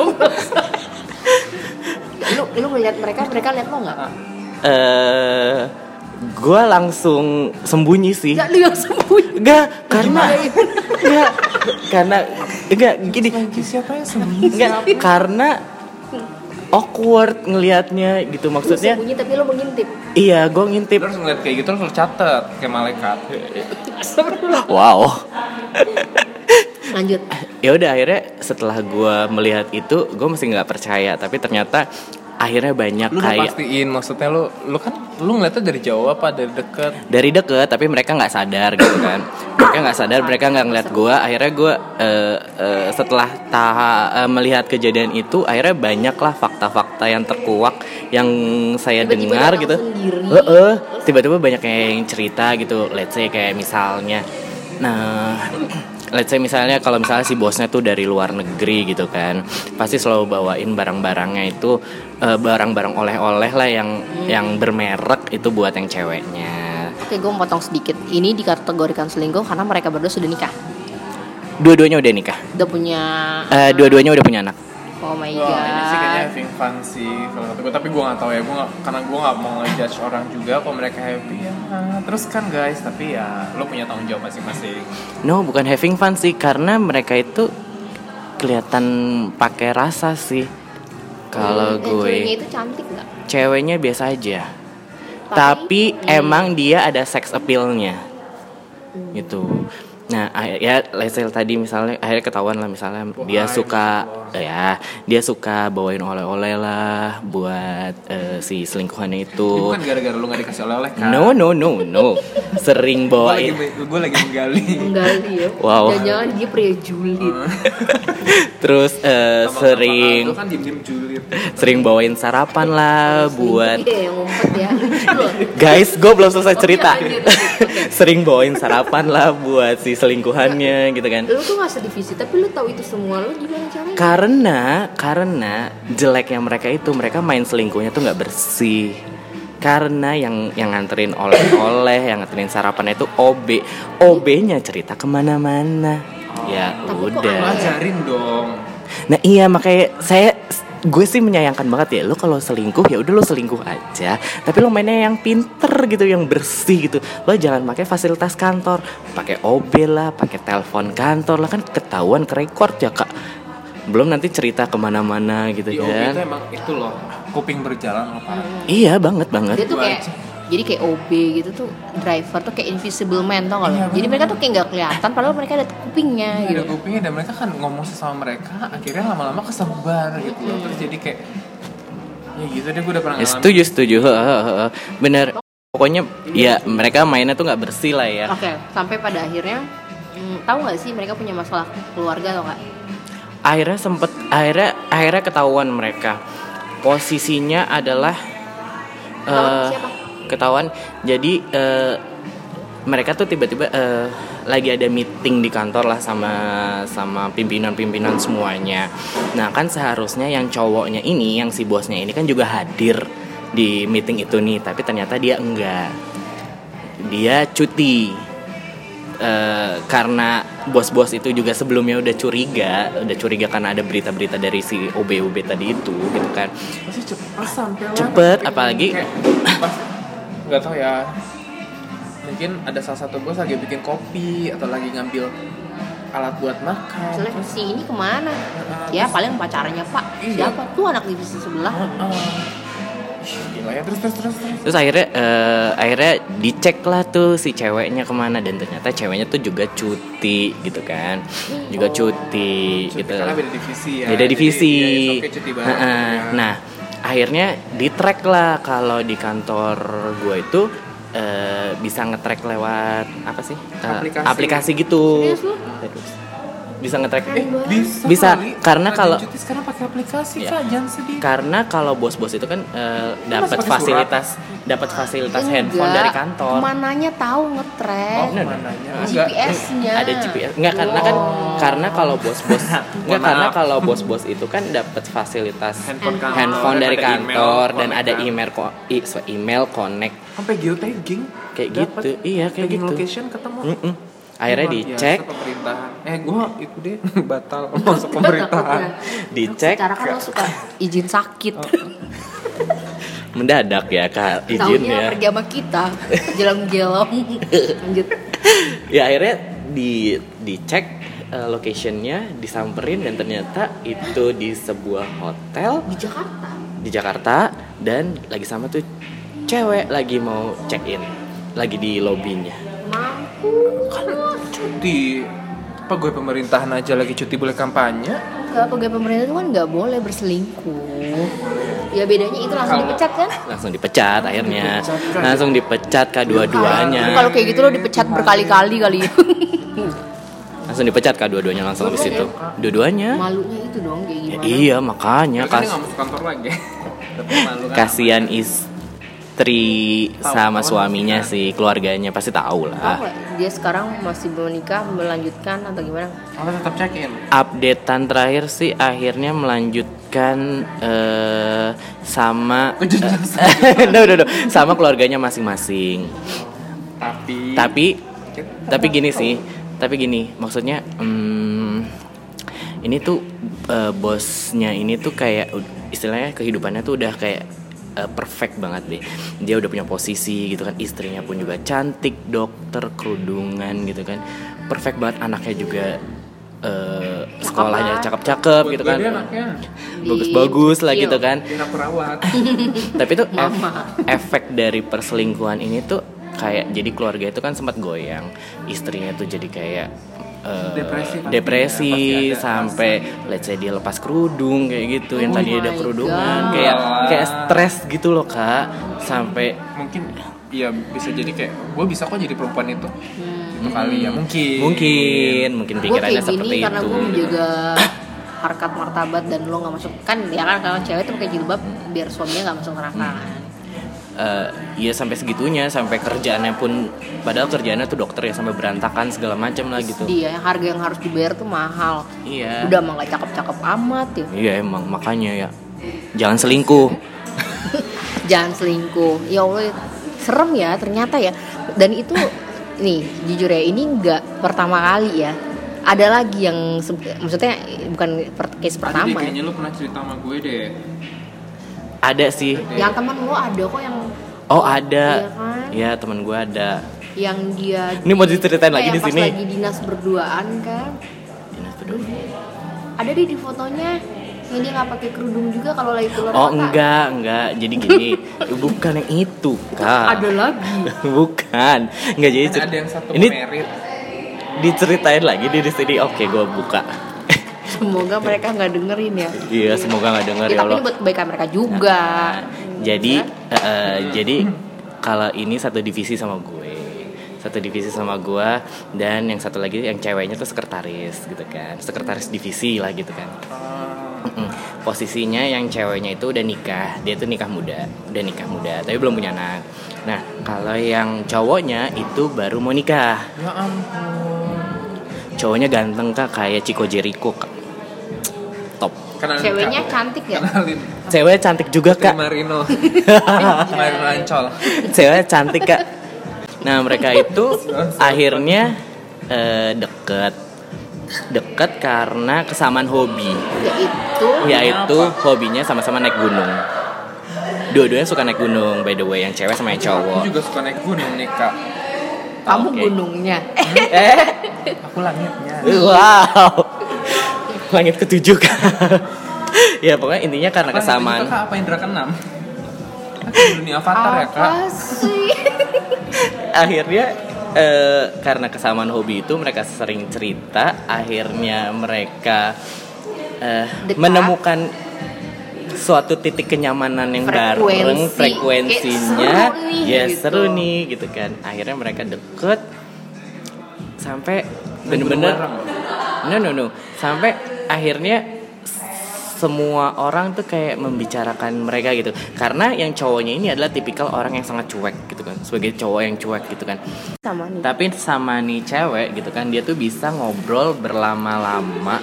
Speaker 3: Lu lu ngeliat mereka, mereka liat lo nggak?
Speaker 1: Eh gue langsung sembunyi sih.
Speaker 3: Nggak, lu yang sembunyi.
Speaker 1: Enggak, karena enggak karena enggak gini.
Speaker 2: Siapa yang sembunyi?
Speaker 1: Enggak, karena awkward ngelihatnya gitu,
Speaker 3: Lu
Speaker 1: maksudnya.
Speaker 3: sembunyi tapi lu mengintip.
Speaker 1: Iya, gue ngintip.
Speaker 2: Terus ngeliat kayak gitu terus catet kayak malaikat.
Speaker 1: Wow.
Speaker 3: Lanjut.
Speaker 1: Ya udah, akhirnya setelah gue melihat itu, gue masih nggak percaya, tapi ternyata akhirnya banyak
Speaker 2: Lu udah
Speaker 1: kayak
Speaker 2: pastiin maksudnya lu lu kan lu ngeliatnya dari jauh apa dari deket?
Speaker 1: dari deket, tapi mereka nggak sadar gitu kan. Mereka nggak sadar, mereka nggak ngeliat gue. Akhirnya gue uh, uh, setelah taha, uh, melihat kejadian itu, akhirnya banyak lah fakta-fakta yang terkuak yang saya
Speaker 3: Tiba-tiba
Speaker 1: dengar
Speaker 3: datang
Speaker 1: gitu.
Speaker 3: sendiri.
Speaker 1: Heeh, tiba-tiba banyak yang cerita gitu. Let's say kayak misalnya, nah, let's say misalnya kalau misalnya si bosnya tuh dari luar negeri gitu kan, pasti selalu bawain barang-barangnya itu uh, barang-barang oleh-oleh lah yang
Speaker 3: Hmm.
Speaker 1: yang bermerek itu buat yang ceweknya.
Speaker 3: Oke, gue mau potong sedikit. Ini dikategorikan selingkuh karena mereka berdua sudah nikah.
Speaker 1: Dua-duanya udah nikah.
Speaker 3: Udah punya.
Speaker 1: Eh, dua-duanya udah punya anak.
Speaker 3: Oh my
Speaker 2: Wah, ini sih kayaknya
Speaker 3: god.
Speaker 2: having fun sih kalau kata gue, tapi gue nggak tahu ya, gue nggak, karena gue nggak mau ngejudge orang juga kalau mereka happy ya. Terus kan guys, tapi ya lo punya tanggung jawab masing-masing.
Speaker 1: No, bukan having fun sih, karena mereka itu kelihatan pakai rasa sih. Kalau
Speaker 3: Eh, ceweknya
Speaker 1: gue,
Speaker 3: itu cantik nggak?
Speaker 1: ceweknya biasa aja.
Speaker 3: Tapi-
Speaker 1: Tapi, emang dia ada sex appeal-nya. Gitu. Nah, akhir- ya Lesel tadi misalnya akhirnya ketahuan lah misalnya dia suka eh, ya dia suka bawain oleh-oleh lah buat eh, si selingkuhannya
Speaker 2: Ini
Speaker 1: itu.
Speaker 2: bukan gara-gara lu gak dikasih oleh-oleh kan?
Speaker 1: No no no no. Sering
Speaker 2: Gue lagi,
Speaker 1: bawain.
Speaker 2: gue lagi menggali.
Speaker 3: Menggali ya.
Speaker 1: Wow.
Speaker 3: Jangan-jangan dia pria julid.
Speaker 1: Terus eh, sering
Speaker 2: Itu kan diem-diem julid.
Speaker 1: sering bawain sarapan lah buat
Speaker 3: Iya yang ngumpet ya. Loh.
Speaker 1: guys, gue belum selesai cerita.
Speaker 3: lanjut, lanjut. Oke.
Speaker 1: Sering bawain sarapan lah buat si selingkuhannya gitu kan.
Speaker 3: Lu tuh gak sedivisi tapi lu tahu itu semua, lu gimana caranya?
Speaker 1: Karena karena jeleknya mereka itu mereka main selingkuhnya tuh nggak bersih. Karena yang yang nganterin oleh-oleh, yang nganterin sarapan itu O B, O B-nya cerita kemana-mana. Ya
Speaker 3: Tapi kok
Speaker 1: udah.
Speaker 2: Pelajarin dong.
Speaker 1: Nah iya makanya saya gue sih menyayangkan banget ya, lo kalau selingkuh ya udah lo selingkuh aja, tapi lo mainnya yang pinter gitu, yang bersih gitu. Lo jangan pakai fasilitas kantor, pakai O B lah, pakai telepon kantor lah, kan ketahuan ke record ya kak. Belum nanti cerita kemana-mana gitu
Speaker 2: Di O B itu
Speaker 1: kan.
Speaker 2: emang itu loh, kuping berjalan loh Pak.
Speaker 1: Iya banget banget.
Speaker 3: Dia tuh kayak jadi kayak O B gitu tuh, driver tuh kayak invisible man tau gak lo?
Speaker 2: Iya,
Speaker 3: Jadi mereka tuh kayak gak kelihatan padahal mereka ada kupingnya
Speaker 2: Iya,
Speaker 3: gitu.
Speaker 2: ada kupingnya dan mereka kan ngomong sama mereka, akhirnya lama-lama kesebar gitu loh. Terus jadi kayak ya gitu deh, gue udah pernah
Speaker 1: Ya,
Speaker 2: ngalamin.
Speaker 1: setuju setuju. Heeh, heeh. Bener. Pokoknya ya mereka mainnya tuh nggak bersih lah ya.
Speaker 3: Oke, sampai pada akhirnya hmm, tahu nggak sih mereka punya masalah keluarga atau nggak?
Speaker 1: Akhirnya sempet akhirnya akhirnya ketahuan mereka. Posisinya adalah
Speaker 3: Ketahuan
Speaker 1: eh,
Speaker 3: siapa?
Speaker 1: ketahuan. Jadi eh, mereka tuh tiba-tiba eh, lagi ada meeting di kantor lah sama sama pimpinan-pimpinan semuanya. Nah kan seharusnya yang cowoknya ini, yang si bosnya ini kan juga hadir di meeting itu nih, tapi ternyata dia enggak. Dia cuti. Eh, karena bos-bos itu juga sebelumnya udah curiga, udah curiga karena ada berita-berita dari si O B O B tadi itu gitu kan.
Speaker 2: Pasti cepet sampai lah.
Speaker 1: Cepet,
Speaker 2: Tapi
Speaker 1: apalagi-
Speaker 2: kayak pas nggak tahu ya, mungkin ada salah satu bos lagi bikin kopi atau lagi ngambil alat buat makan.
Speaker 3: Misalnya
Speaker 2: Terus,
Speaker 3: si ini kemana?
Speaker 2: Heeh,
Speaker 3: Ya
Speaker 2: terus-
Speaker 3: paling pacarnya Pak.
Speaker 2: Iya.
Speaker 3: Siapa tuh anak divisi sebelah?
Speaker 2: heeh. Gila ya, terus terus terus terus.
Speaker 1: Terus akhirnya eh, akhirnya dicek lah tuh si ceweknya kemana, dan ternyata ceweknya tuh juga cuti gitu kan, juga cuti,
Speaker 2: Cuti
Speaker 1: gitu.
Speaker 2: karena beda divisi ya.
Speaker 1: Beda
Speaker 2: Jadi,
Speaker 1: divisi.
Speaker 2: ya, it's okay cuti bareng
Speaker 1: Heeh.
Speaker 2: gitu ya.
Speaker 1: Nah akhirnya di track lah kalau di kantor gue itu eh, bisa nge-track lewat apa sih? Eh,
Speaker 2: Aplikasi.
Speaker 1: aplikasi gitu.
Speaker 3: Serius lu?
Speaker 1: Bisa nge-track.
Speaker 2: Eh, bisa,
Speaker 1: Bisa,
Speaker 2: kali.
Speaker 1: karena
Speaker 2: Rajin
Speaker 1: kalau-
Speaker 2: cuti sekarang pakai aplikasi
Speaker 1: Iya.
Speaker 2: Kak, jangan sedih.
Speaker 1: Karena kalau bos-bos itu kan eh, dapat
Speaker 2: pakai
Speaker 1: fasilitas dapat fasilitas handphone dari kantor.
Speaker 3: Kemananya tahu nge-track?
Speaker 2: Oh, mananya?
Speaker 3: G P S-nya.
Speaker 1: Ada G P S. Enggak karena kan karena kalau bos-bos enggak karena
Speaker 2: maaf.
Speaker 1: kalau bos-bos itu kan dapat fasilitas
Speaker 2: Handphone kantor,
Speaker 1: handphone dari
Speaker 2: ada
Speaker 1: kantor
Speaker 2: email,
Speaker 1: dan ada
Speaker 2: connect.
Speaker 1: email kok email connect
Speaker 2: Sampai geotagging.
Speaker 1: kayak
Speaker 2: Dapet.
Speaker 1: gitu. Iya kayak
Speaker 2: Tagging
Speaker 1: gitu.
Speaker 2: location ketemu.
Speaker 1: Mm-mm. Akhirnya
Speaker 2: Luar
Speaker 1: dicek,
Speaker 2: biasa pemerintahan. Eh, gua itu deh batal masuk pemerintahan.
Speaker 1: dicek
Speaker 3: Secara kan lo suka izin sakit.
Speaker 1: mendadak ya Kak
Speaker 3: Taunya
Speaker 1: izinnya.
Speaker 3: pergi sama kita. Gelong-gelong. Lanjut.
Speaker 1: Ya akhirnya di dicek eh, locationnya, disamperin dan ternyata itu di sebuah hotel
Speaker 3: Di Jakarta.
Speaker 1: di Jakarta dan lagi sama tuh cewek lagi mau check in, lagi di lobbynya.
Speaker 3: Mampu.
Speaker 2: Cuti. Apa gue pemerintahan aja lagi cuti boleh kampanye?
Speaker 3: Enggak, pegawai pemerintah itu kan nggak boleh berselingkuh. Ya bedanya itu langsung
Speaker 2: Kalau-
Speaker 3: dipecat kan?
Speaker 1: Langsung dipecat akhirnya,
Speaker 2: Dipecat, kan?
Speaker 1: langsung dipecat kak dua-duanya,
Speaker 3: Kalau kayak gitu lo dipecat berkali-kali kali.
Speaker 1: langsung dipecat kak dua-duanya langsung habis itu, dua-duanya.
Speaker 3: Malunya itu dong kayak
Speaker 1: Ya,
Speaker 3: gimana?
Speaker 1: iya makanya
Speaker 2: Terus dia
Speaker 1: kas
Speaker 2: nggak masuk kantor lagi. Tapi malu kan.
Speaker 1: kasihan istri sama suaminya sih, keluarganya pasti tahu
Speaker 3: Tahu
Speaker 1: lah.
Speaker 3: nggak dia sekarang masih belum nikah, melanjutkan atau gimana?
Speaker 2: Oh, tetap check in.
Speaker 1: Updatean terakhir sih akhirnya melanjutkan eh, sama no, no, no, sama keluarganya masing-masing.
Speaker 2: Tapi
Speaker 1: Tapi tapi gini sih, tapi gini maksudnya hmm, ini tuh eh, bosnya ini tuh kayak ud- istilahnya kehidupannya tuh udah kayak eh, perfect banget deh. Dia udah punya posisi gitu kan, istrinya pun juga cantik, dokter, kerudungan gitu kan, perfect banget. Anaknya juga eh, sekolahnya cakep-cakep
Speaker 2: buat
Speaker 1: gitu
Speaker 2: gue
Speaker 1: kan,
Speaker 2: dia anaknya
Speaker 1: bagus-bagus lah
Speaker 3: Iya.
Speaker 1: gitu kan.
Speaker 2: dia anak perawat.
Speaker 1: Tapi tuh ef-
Speaker 3: Mama.
Speaker 1: efek dari perselingkuhan ini tuh kayak jadi keluarga itu kan sempat goyang, istrinya tuh jadi kayak uh,
Speaker 2: Depresi kan?
Speaker 1: depresi
Speaker 2: Ya,
Speaker 1: sampai let's say dia lepas kerudung kayak gitu, yang
Speaker 3: Oh
Speaker 1: tadi
Speaker 3: my
Speaker 1: ada kerudungan
Speaker 3: God.
Speaker 1: kayak kayak stres gitu loh kak, sampai
Speaker 2: Mungkin ya bisa jadi kayak gue bisa kok jadi perempuan itu.
Speaker 3: Hmm.
Speaker 2: Itu kali ya mungkin.
Speaker 1: mungkin mungkin
Speaker 3: Gue
Speaker 1: pikirannya
Speaker 3: kayak
Speaker 1: seperti
Speaker 3: gini karena
Speaker 1: itu.
Speaker 3: gue menjaga harkat martabat dan lo nggak masuk kan ya kan kalau cewek tuh pakai jilbab biar suaminya nggak masuk neraka kan.
Speaker 1: Uh, iya sampai segitunya, sampai kerjaannya pun padahal kerjaannya tuh dokter ya, sampai berantakan segala macam lah gitu.
Speaker 3: Dia yang harga yang harus dibayar tuh mahal.
Speaker 1: Iya.
Speaker 3: Udah mah nggak cakep-cakep amat ya.
Speaker 1: Iya emang makanya ya jangan selingkuh.
Speaker 3: Jangan selingkuh. Ya Allah, serem ya ternyata ya. Dan itu nih jujur ya ini nggak pertama kali ya. Ada lagi yang se- maksudnya bukan per- case
Speaker 2: Tadi deh,
Speaker 3: pertama ya.
Speaker 2: kayaknya lu pernah cerita sama gue deh.
Speaker 1: Ada sih.
Speaker 3: Yang teman lo ada kok yang
Speaker 1: Oh ada.
Speaker 3: Iya kan?
Speaker 1: Ya teman gue ada.
Speaker 3: yang dia
Speaker 1: Ini mau diceritain lagi
Speaker 3: kayak
Speaker 1: di
Speaker 3: pas
Speaker 1: sini.
Speaker 3: lagi dinas berduaan kan.
Speaker 1: Dinas berdua.
Speaker 3: Ada deh di fotonya yang dia nggak pakai kerudung juga kalau lagi keluar
Speaker 1: Oh
Speaker 3: kota.
Speaker 1: enggak enggak. Jadi gini. Bukan yang itu kak.
Speaker 3: Ada lagi.
Speaker 1: Bukan. Enggak jadi.
Speaker 2: Kan
Speaker 1: cer-
Speaker 2: ada yang satu
Speaker 1: Ini
Speaker 2: merit.
Speaker 1: diceritain lagi di di sini. Oke gue buka.
Speaker 3: Semoga mereka nggak dengerin ya.
Speaker 1: Iya semoga nggak dengar
Speaker 3: Ya,
Speaker 1: ya
Speaker 3: tapi
Speaker 1: Allah.
Speaker 3: ini buat kebaikan mereka juga.
Speaker 1: Jadi eh, jadi kalau ini satu divisi sama gue, satu divisi sama gue, dan yang satu lagi yang ceweknya tuh sekretaris gitu kan, sekretaris divisi lah gitu kan. Mm-mm. Posisinya yang ceweknya itu udah nikah, dia tuh nikah muda, udah nikah muda, tapi belum punya anak. Nah kalau yang cowoknya itu baru mau nikah,
Speaker 2: Ya ampun.
Speaker 1: cowoknya ganteng kak, kayak Chico Jericho kak, top.
Speaker 2: Kenalin
Speaker 3: Ceweknya
Speaker 2: Kak.
Speaker 3: cantik ya?
Speaker 2: Kenalin.
Speaker 1: Ceweknya cantik juga
Speaker 2: Putri
Speaker 1: kak.
Speaker 2: Marino. Marino Ancol.
Speaker 1: Cewek cantik kak. Nah mereka itu akhirnya eh, deket deket karena kesamaan hobi,
Speaker 3: Yaitu
Speaker 1: yaitu hobinya sama-sama naik gunung. Dua-duanya suka naik gunung by the way, yang cewek sama yang
Speaker 2: Aku
Speaker 1: cowok.
Speaker 2: juga suka naik gunung nih kak.
Speaker 3: kamu
Speaker 1: Oke.
Speaker 3: gunungnya.
Speaker 1: Eh,
Speaker 2: Aku langitnya.
Speaker 1: wow, langit ketujuh kak. Ya pokoknya intinya karena
Speaker 2: Apa
Speaker 1: kesamaan.
Speaker 2: itu, Kak? Apa Indra keenam? Aku dunia avatar ya kak.
Speaker 3: Apa sih?
Speaker 1: Akhirnya eh, karena kesamaan hobi itu mereka sering cerita, akhirnya mereka eh,
Speaker 3: Dekat.
Speaker 1: menemukan suatu titik kenyamanan yang bareng,
Speaker 3: Frekuensi.
Speaker 1: frekuensinya
Speaker 3: Kayak seru nih,
Speaker 1: ya
Speaker 3: gitu.
Speaker 1: seru nih gitu kan. Akhirnya mereka deket sampai bener-bener no no no sampai akhirnya semua orang tuh kayak membicarakan mereka gitu, karena yang cowoknya ini adalah tipikal orang yang sangat cuek gitu kan, sebagai cowok yang cuek gitu kan.
Speaker 3: Sama nih.
Speaker 1: Tapi sama nih cewek gitu kan, dia tuh bisa ngobrol berlama-lama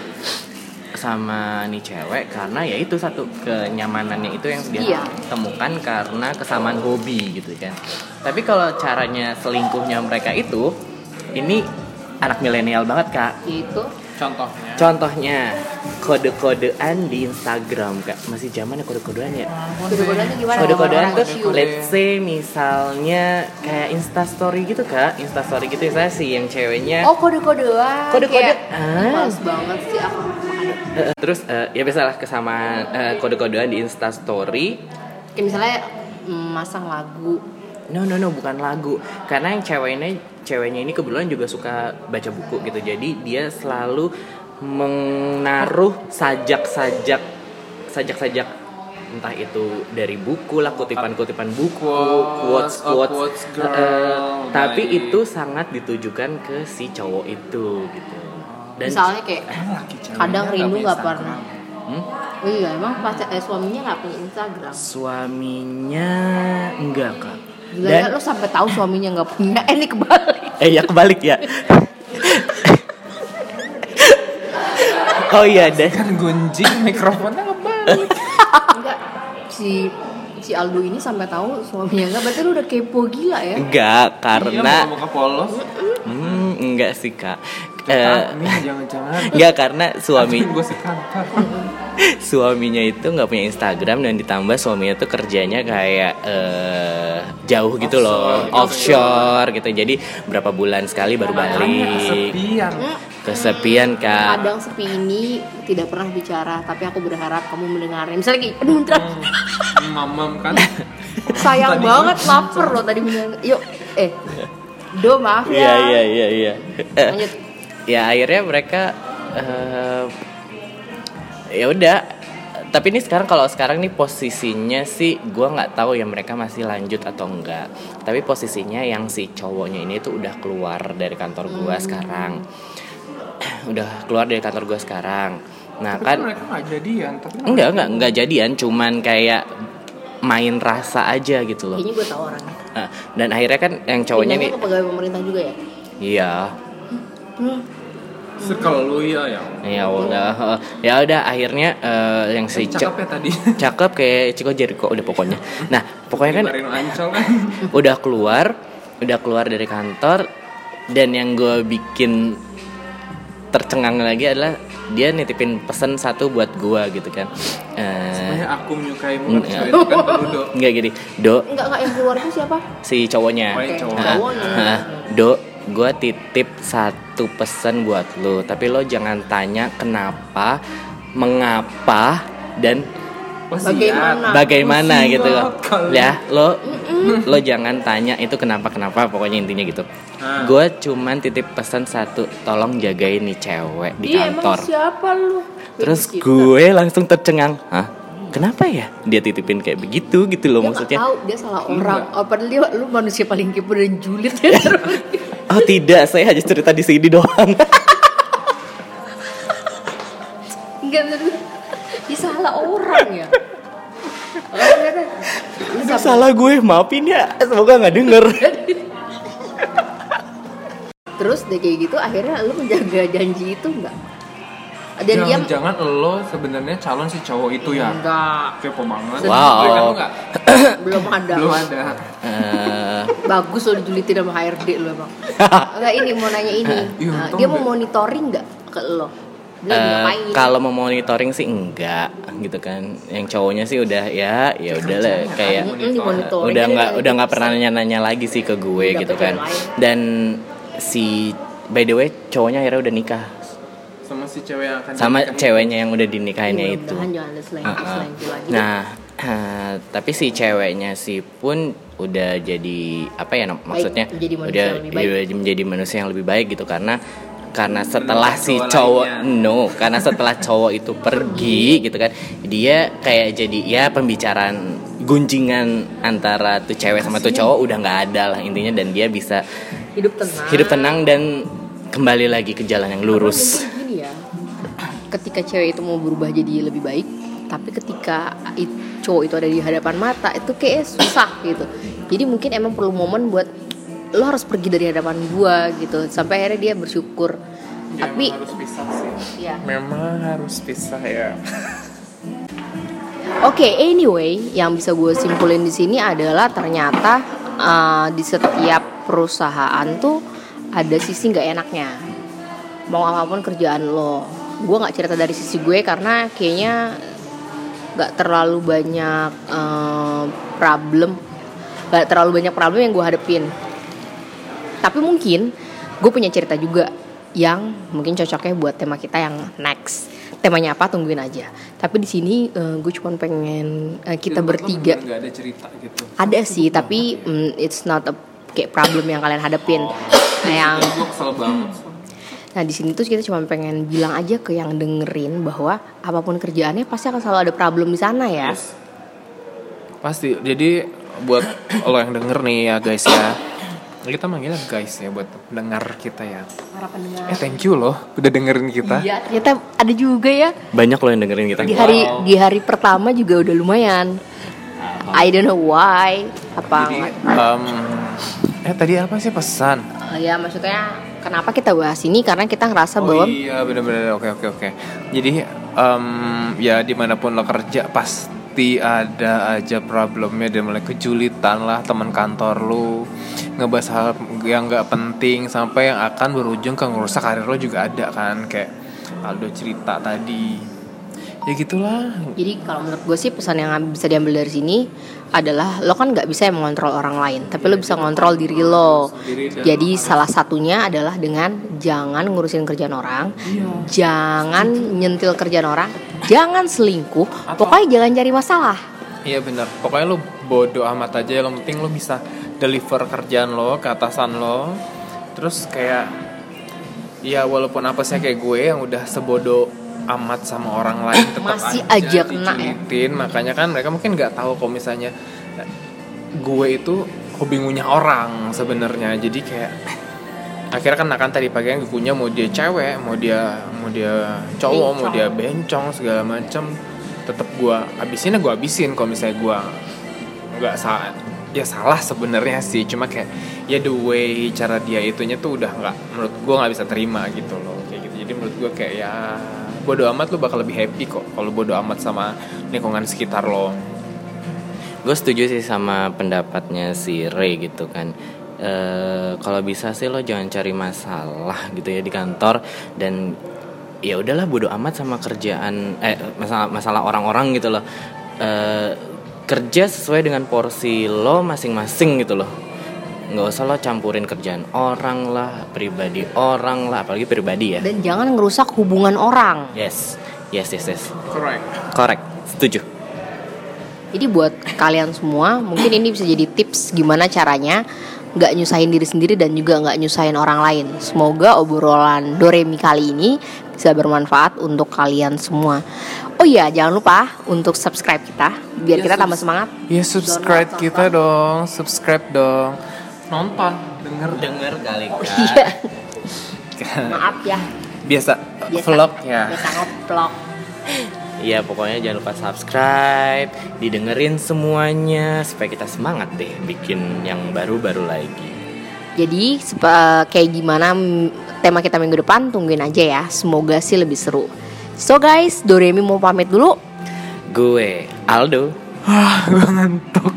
Speaker 1: sama nih cewek karena ya itu satu kenyamanannya itu yang dia
Speaker 3: Iya.
Speaker 1: temukan karena kesamaan hobi gitu kan. Tapi kalau caranya selingkuhnya mereka itu ini anak milenial banget kak.
Speaker 3: Yaitu
Speaker 2: Contohnya.
Speaker 1: Contohnya kode-kodean di Instagram kak, masih zaman ya kode-kodean ya.
Speaker 3: kode-kodeannya gimana?
Speaker 1: Kode-kodean
Speaker 3: Orang
Speaker 1: tuh
Speaker 3: cium.
Speaker 1: let's say misalnya kayak Instastory gitu kak, Instastory gitu misalnya sih yang ceweknya.
Speaker 3: Oh kode-kodean.
Speaker 1: Kode-kode.
Speaker 3: Kayak,
Speaker 1: Ah.
Speaker 3: males banget sih aku makanya.
Speaker 1: Eh, terus eh, ya biasalah kesamaan eh, kode-kodean di Instastory.
Speaker 3: Kayak misalnya mm, masang lagu.
Speaker 1: No no no bukan lagu, karena yang ceweknya ceweknya ini kebetulan juga suka baca buku gitu, jadi dia selalu menaruh sajak-sajak sajak-sajak entah itu dari buku lah, kutipan-kutipan buku,
Speaker 2: Quotes,
Speaker 1: quotes
Speaker 2: oh,
Speaker 1: quotes,
Speaker 2: quotes girl,
Speaker 1: Eh, tapi
Speaker 2: baik.
Speaker 1: itu sangat ditujukan ke si cowok itu gitu. Dan
Speaker 3: Misalnya kayak
Speaker 2: Emang laki ceweknya
Speaker 3: kadang
Speaker 2: nggak
Speaker 3: rindu
Speaker 2: punya
Speaker 3: nggak
Speaker 2: Instagram?
Speaker 3: pernah.
Speaker 1: hmm?
Speaker 3: Oh iya emang pacar eh, suaminya nggak punya Instagram.
Speaker 1: Suaminya enggak kak.
Speaker 3: Gila
Speaker 1: Dan
Speaker 3: ya, lo sampai tahu suaminya nggak punya. Eh ini kebalik.
Speaker 1: eh ya kebalik ya. Oh iya deh.
Speaker 2: Kan gunjing mikrofonnya kebalik.
Speaker 3: Enggak. Si si Aldo ini sampai tahu suaminya nggak. Berarti lu udah kepo gila ya.
Speaker 1: Enggak,
Speaker 2: Iya,
Speaker 1: karena
Speaker 2: muka polos.
Speaker 1: hmm, enggak sih kak. Eh,
Speaker 2: Ini jangan-jangan.
Speaker 1: enggak karena suami
Speaker 2: gue sekantor.
Speaker 1: suaminya itu nggak punya Instagram, dan ditambah suaminya tuh kerjanya kayak eh, jauh gitu loh, offshore gitu. Jadi berapa bulan sekali baru
Speaker 2: Makanya
Speaker 1: balik.
Speaker 2: kesepian.
Speaker 1: Kesepian kak.
Speaker 3: Kadang sepi ini tidak pernah bicara, tapi aku berharap kamu mendengarnya. Misalnya kayak, aduh bentar,
Speaker 2: Mamam kan.
Speaker 3: sayang
Speaker 2: Tadi
Speaker 3: banget,
Speaker 2: gue-
Speaker 3: lapar loh tadi bilang, yuk Eh, Do maaf
Speaker 1: Iya
Speaker 3: ya.
Speaker 1: iya iya iya.
Speaker 3: Lanjut.
Speaker 1: Ya akhirnya mereka eh, ya udah. Tapi ini sekarang kalau sekarang nih posisinya sih gue nggak tahu ya mereka masih lanjut atau enggak. Tapi posisinya yang si cowoknya ini tuh udah keluar dari kantor gue
Speaker 3: Hmm.
Speaker 1: sekarang. Udah keluar dari kantor gue sekarang. Nah
Speaker 2: Tapi
Speaker 1: kan
Speaker 2: mereka nggak jadian, tapi
Speaker 1: enggak enggak enggak jadian, cuman kayak main rasa aja gitu loh.
Speaker 3: Kayaknya gue tahu orangnya.
Speaker 1: Nah, dan akhirnya kan yang cowoknya nih,
Speaker 3: Pindahannya ke pegawai pemerintah juga ya?
Speaker 1: iya.
Speaker 2: circle lu ya yang
Speaker 1: Ya udah, ya udah akhirnya eh, yang si
Speaker 2: cakep ya tadi.
Speaker 1: cakep kayak Chico Jericho udah pokoknya. Nah pokoknya kan
Speaker 2: Barin Ancol kan.
Speaker 1: udah keluar, udah keluar dari kantor dan yang gue bikin tercengang lagi adalah dia nitipin pesan satu buat gue gitu kan. Eh,
Speaker 2: Sebenarnya aku menyukaimu
Speaker 1: Mm,
Speaker 2: kan itu kan perlu do.
Speaker 1: nggak gini, Do
Speaker 3: Enggak, enggak yang keluar itu siapa?
Speaker 1: si cowoknya.
Speaker 2: Oh, yang cowok.
Speaker 1: Ah,
Speaker 3: Cowoknya.
Speaker 1: ah, Do, gue titip satu pesan buat lo, tapi lo jangan tanya kenapa, mengapa, dan
Speaker 3: Bagaimana?
Speaker 1: bagaimana
Speaker 2: Siap
Speaker 1: gitu loh.
Speaker 2: kali.
Speaker 1: Ya, lo lo jangan tanya itu kenapa kenapa, pokoknya intinya gitu.
Speaker 2: Ah.
Speaker 1: Gue cuman titip pesan satu, tolong jagain nih cewek di
Speaker 3: Iya,
Speaker 1: kantor.
Speaker 3: emang siapa lu?
Speaker 1: Terus
Speaker 3: Kita.
Speaker 1: gue langsung tercengang, hah? Kenapa ya dia titipin kayak begitu gitu loh
Speaker 3: Dia
Speaker 1: maksudnya?
Speaker 3: nggak tahu dia salah orang.
Speaker 2: Enggak.
Speaker 3: Oh, padahal dia lu manusia paling kepo dan julid ya.
Speaker 1: Oh tidak, saya hanya cerita di sini doang.
Speaker 3: Enggak bener. Dia salah orang ya. Oh, ternyata lu
Speaker 1: Aduh,
Speaker 3: sama-
Speaker 1: salah gue, maafin ya. Semoga nggak denger.
Speaker 3: Terus deh kayak gitu akhirnya lu menjaga janji itu enggak? Dan dia
Speaker 2: Jangan-jangan lo sebenarnya calon si cowok itu ya.
Speaker 3: enggak,
Speaker 2: Kepo banget.
Speaker 1: Wow.
Speaker 2: Kan lo nggak
Speaker 3: belum ada.
Speaker 2: belum ada.
Speaker 1: Eh,
Speaker 3: Bagus lo dijulitin sama H R D lo emang. Enggak, ini mau nanya ini.
Speaker 2: Iya,
Speaker 3: Nah,
Speaker 2: untung
Speaker 3: dia mau
Speaker 2: nggak.
Speaker 3: monitoring enggak ke lo? Dia lagi
Speaker 1: eh,
Speaker 3: ngapain?
Speaker 1: kalau mau monitoring sih enggak gitu kan. Yang cowoknya sih udah ya, ya udahlah kayak
Speaker 3: Mm-mm, dimonitoring
Speaker 1: udah
Speaker 3: aja
Speaker 1: nggak
Speaker 3: dari
Speaker 1: udah nggak
Speaker 3: pesan.
Speaker 1: pernah nanya-nanya lagi sih ke gue
Speaker 3: Udah
Speaker 1: gitu
Speaker 3: ke
Speaker 1: kan.
Speaker 3: cewek lain.
Speaker 1: Dan si by the way cowoknya akhirnya udah nikah
Speaker 2: Sama si cewek yang akan
Speaker 1: sama
Speaker 2: dinikahin.
Speaker 1: ceweknya yang udah dinikahinnya
Speaker 3: Iya,
Speaker 1: itu.
Speaker 3: mudah-mudahan jangan ada selain
Speaker 1: Uh-uh.
Speaker 3: selain itu lagi.
Speaker 1: Nah, eh, tapi si ceweknya sih pun udah jadi apa ya nam- maksudnya
Speaker 3: menjadi manusia
Speaker 1: udah
Speaker 3: yang lebih baik.
Speaker 1: udah menjadi manusia yang lebih baik gitu karena karena setelah si
Speaker 2: cowok
Speaker 1: cowok
Speaker 2: lainnya.
Speaker 1: no karena setelah cowok itu pergi gitu kan dia kayak jadi ya pembicaraan gunjingan antara tuh cewek sama tuh cowok udah nggak ada lah intinya dan dia bisa
Speaker 3: hidup tenang.
Speaker 1: hidup tenang dan kembali lagi ke jalan yang lurus.
Speaker 3: Mungkin gini ya, ketika cewek itu mau berubah jadi lebih baik, tapi ketika it- cowok itu ada di hadapan mata itu kayak susah gitu. Jadi mungkin emang perlu momen buat lo harus pergi dari hadapan gua gitu, sampai akhirnya dia bersyukur.
Speaker 2: Ya,
Speaker 3: Tapi
Speaker 2: emang harus pisah sih.
Speaker 3: ya,
Speaker 2: Memang harus pisah ya.
Speaker 3: oke, anyway, yang bisa gue simpulin di sini adalah ternyata uh, di setiap perusahaan tuh ada sisi nggak enaknya. Mau apapun kerjaan lo, gue nggak cerita dari sisi gue karena kayaknya nggak terlalu banyak uh, problem, nggak terlalu banyak problem yang gue hadepin. Tapi mungkin gue punya cerita juga yang mungkin cocoknya buat tema kita yang next. Temanya apa tungguin aja. Tapi di sini uh, gue cuma pengen uh, kita
Speaker 2: Film
Speaker 3: bertiga.
Speaker 2: lo nggak ada cerita gitu.
Speaker 3: Ada sih, tapi mm, it's not a kayak problem yang kalian hadapin. Nah, yang
Speaker 2: Gue kesel banget.
Speaker 3: nah di sini tuh kita cuma pengen bilang aja ke yang dengerin bahwa apapun kerjaannya pasti akan selalu ada problem di sana ya.
Speaker 2: Yes. Pasti. Jadi buat lo yang denger nih ya guys ya. Kita manggilnya guys ya buat pendengar kita ya.
Speaker 3: Para pendengar.
Speaker 2: Eh thank you loh udah dengerin kita.
Speaker 3: Iya, ternyata ada juga ya.
Speaker 1: Banyak loh yang dengerin kita.
Speaker 3: Di hari di hari pertama juga udah lumayan. I don't know why. Apa
Speaker 2: Jadi
Speaker 3: nggak-
Speaker 2: em, eh tadi apa sih pesan?
Speaker 3: Uh, ya maksudnya kenapa kita bahas ini karena kita ngerasa
Speaker 2: Oh
Speaker 3: bahwa
Speaker 2: iya benar-benar oke oke oke. Jadi em, ya dimanapun lo kerja pasti ada aja problemnya dan mulai kejulitan lah teman kantor lo ngebahas hal yang nggak penting sampai yang akan berujung ke ngerusak karir lo juga ada kan kayak Aldo cerita tadi. Ya gitulah.
Speaker 3: jadi kalau menurut gue sih pesan yang bisa diambil dari sini adalah lo kan nggak bisa mengontrol orang lain, tapi lo bisa ngontrol diri lo. Jadi salah satunya adalah dengan jangan ngurusin kerjaan orang, jangan nyentil kerjaan orang, jangan selingkuh, pokoknya jangan cari masalah.
Speaker 2: Iya benar. Pokoknya lo bodo amat aja. Yang penting lo bisa deliver kerjaan lo ke atasan lo. Terus kayak ya walaupun apa sih kayak gue yang udah sebodoh amat sama orang lain tetap
Speaker 3: Masih aja kena ya.
Speaker 2: dijulitin. Makanya kan mereka mungkin nggak tahu kalau misalnya gue itu hobi ngunyah orang sebenarnya. Jadi kayak akhirnya kan akan tadi pagi gue punya mau dia cewek, mau dia mau dia cowok,
Speaker 3: Bencong.
Speaker 2: mau dia bencong segala macam, tetap gue abisinnya gue abisin. Kalau misalnya gue nggak salah, ya salah sebenarnya sih, cuma kayak ya the way cara dia itunya tuh udah nggak, menurut gue nggak bisa terima gitu loh kayak gitu. Jadi menurut gue kayak ya bodo amat, lu bakal lebih happy kok kalau bodo amat sama lingkungan sekitar lo.
Speaker 1: Gue setuju sih sama pendapatnya si Ray gitu kan. E, kalau bisa sih lo jangan cari masalah gitu ya di kantor, dan ya udahlah bodo amat sama kerjaan eh masalah masalah orang-orang gitu loh. E, kerja sesuai dengan porsi lo masing-masing gitu loh. Nggak usah lo campurin kerjaan orang lah, pribadi orang lah, apalagi pribadi ya.
Speaker 3: Dan jangan ngerusak hubungan orang.
Speaker 1: Yes, yes, yes, yes.
Speaker 2: Correct.
Speaker 1: Correct, setuju.
Speaker 3: Jadi buat kalian semua, mungkin ini bisa jadi tips gimana caranya nggak nyusahin diri sendiri dan juga nggak nyusahin orang lain. Semoga obrolan Doremi kali ini bisa bermanfaat untuk kalian semua. Oh iya, jangan lupa untuk subscribe kita biar
Speaker 2: Ya,
Speaker 3: kita
Speaker 2: subs-
Speaker 3: tambah semangat.
Speaker 2: Ya subscribe
Speaker 3: Download,
Speaker 2: kita
Speaker 3: tonton.
Speaker 2: dong, subscribe dong, nonton, denger.
Speaker 1: Denger kali kan.
Speaker 3: Iya. Maaf ya.
Speaker 2: Biasa,
Speaker 3: Biasa.
Speaker 2: vlog ya.
Speaker 3: Biasa nge-vlog.
Speaker 1: Iya, pokoknya jangan lupa subscribe, didengerin semuanya supaya kita semangat deh bikin yang baru-baru lagi.
Speaker 3: Jadi sepa- kayak gimana mm, tema kita minggu depan, tungguin aja ya. Semoga sih lebih seru. So guys, Doremi mau pamit dulu.
Speaker 1: Gue Aldo.
Speaker 2: gue ngantuk.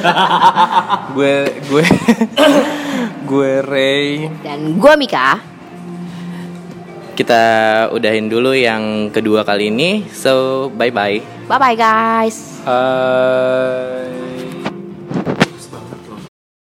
Speaker 2: gue gue gue Ray.
Speaker 3: Dan gue Mika.
Speaker 1: Kita udahin dulu yang kedua kali ini. So, bye-bye.
Speaker 3: Bye bye guys.
Speaker 2: Hai.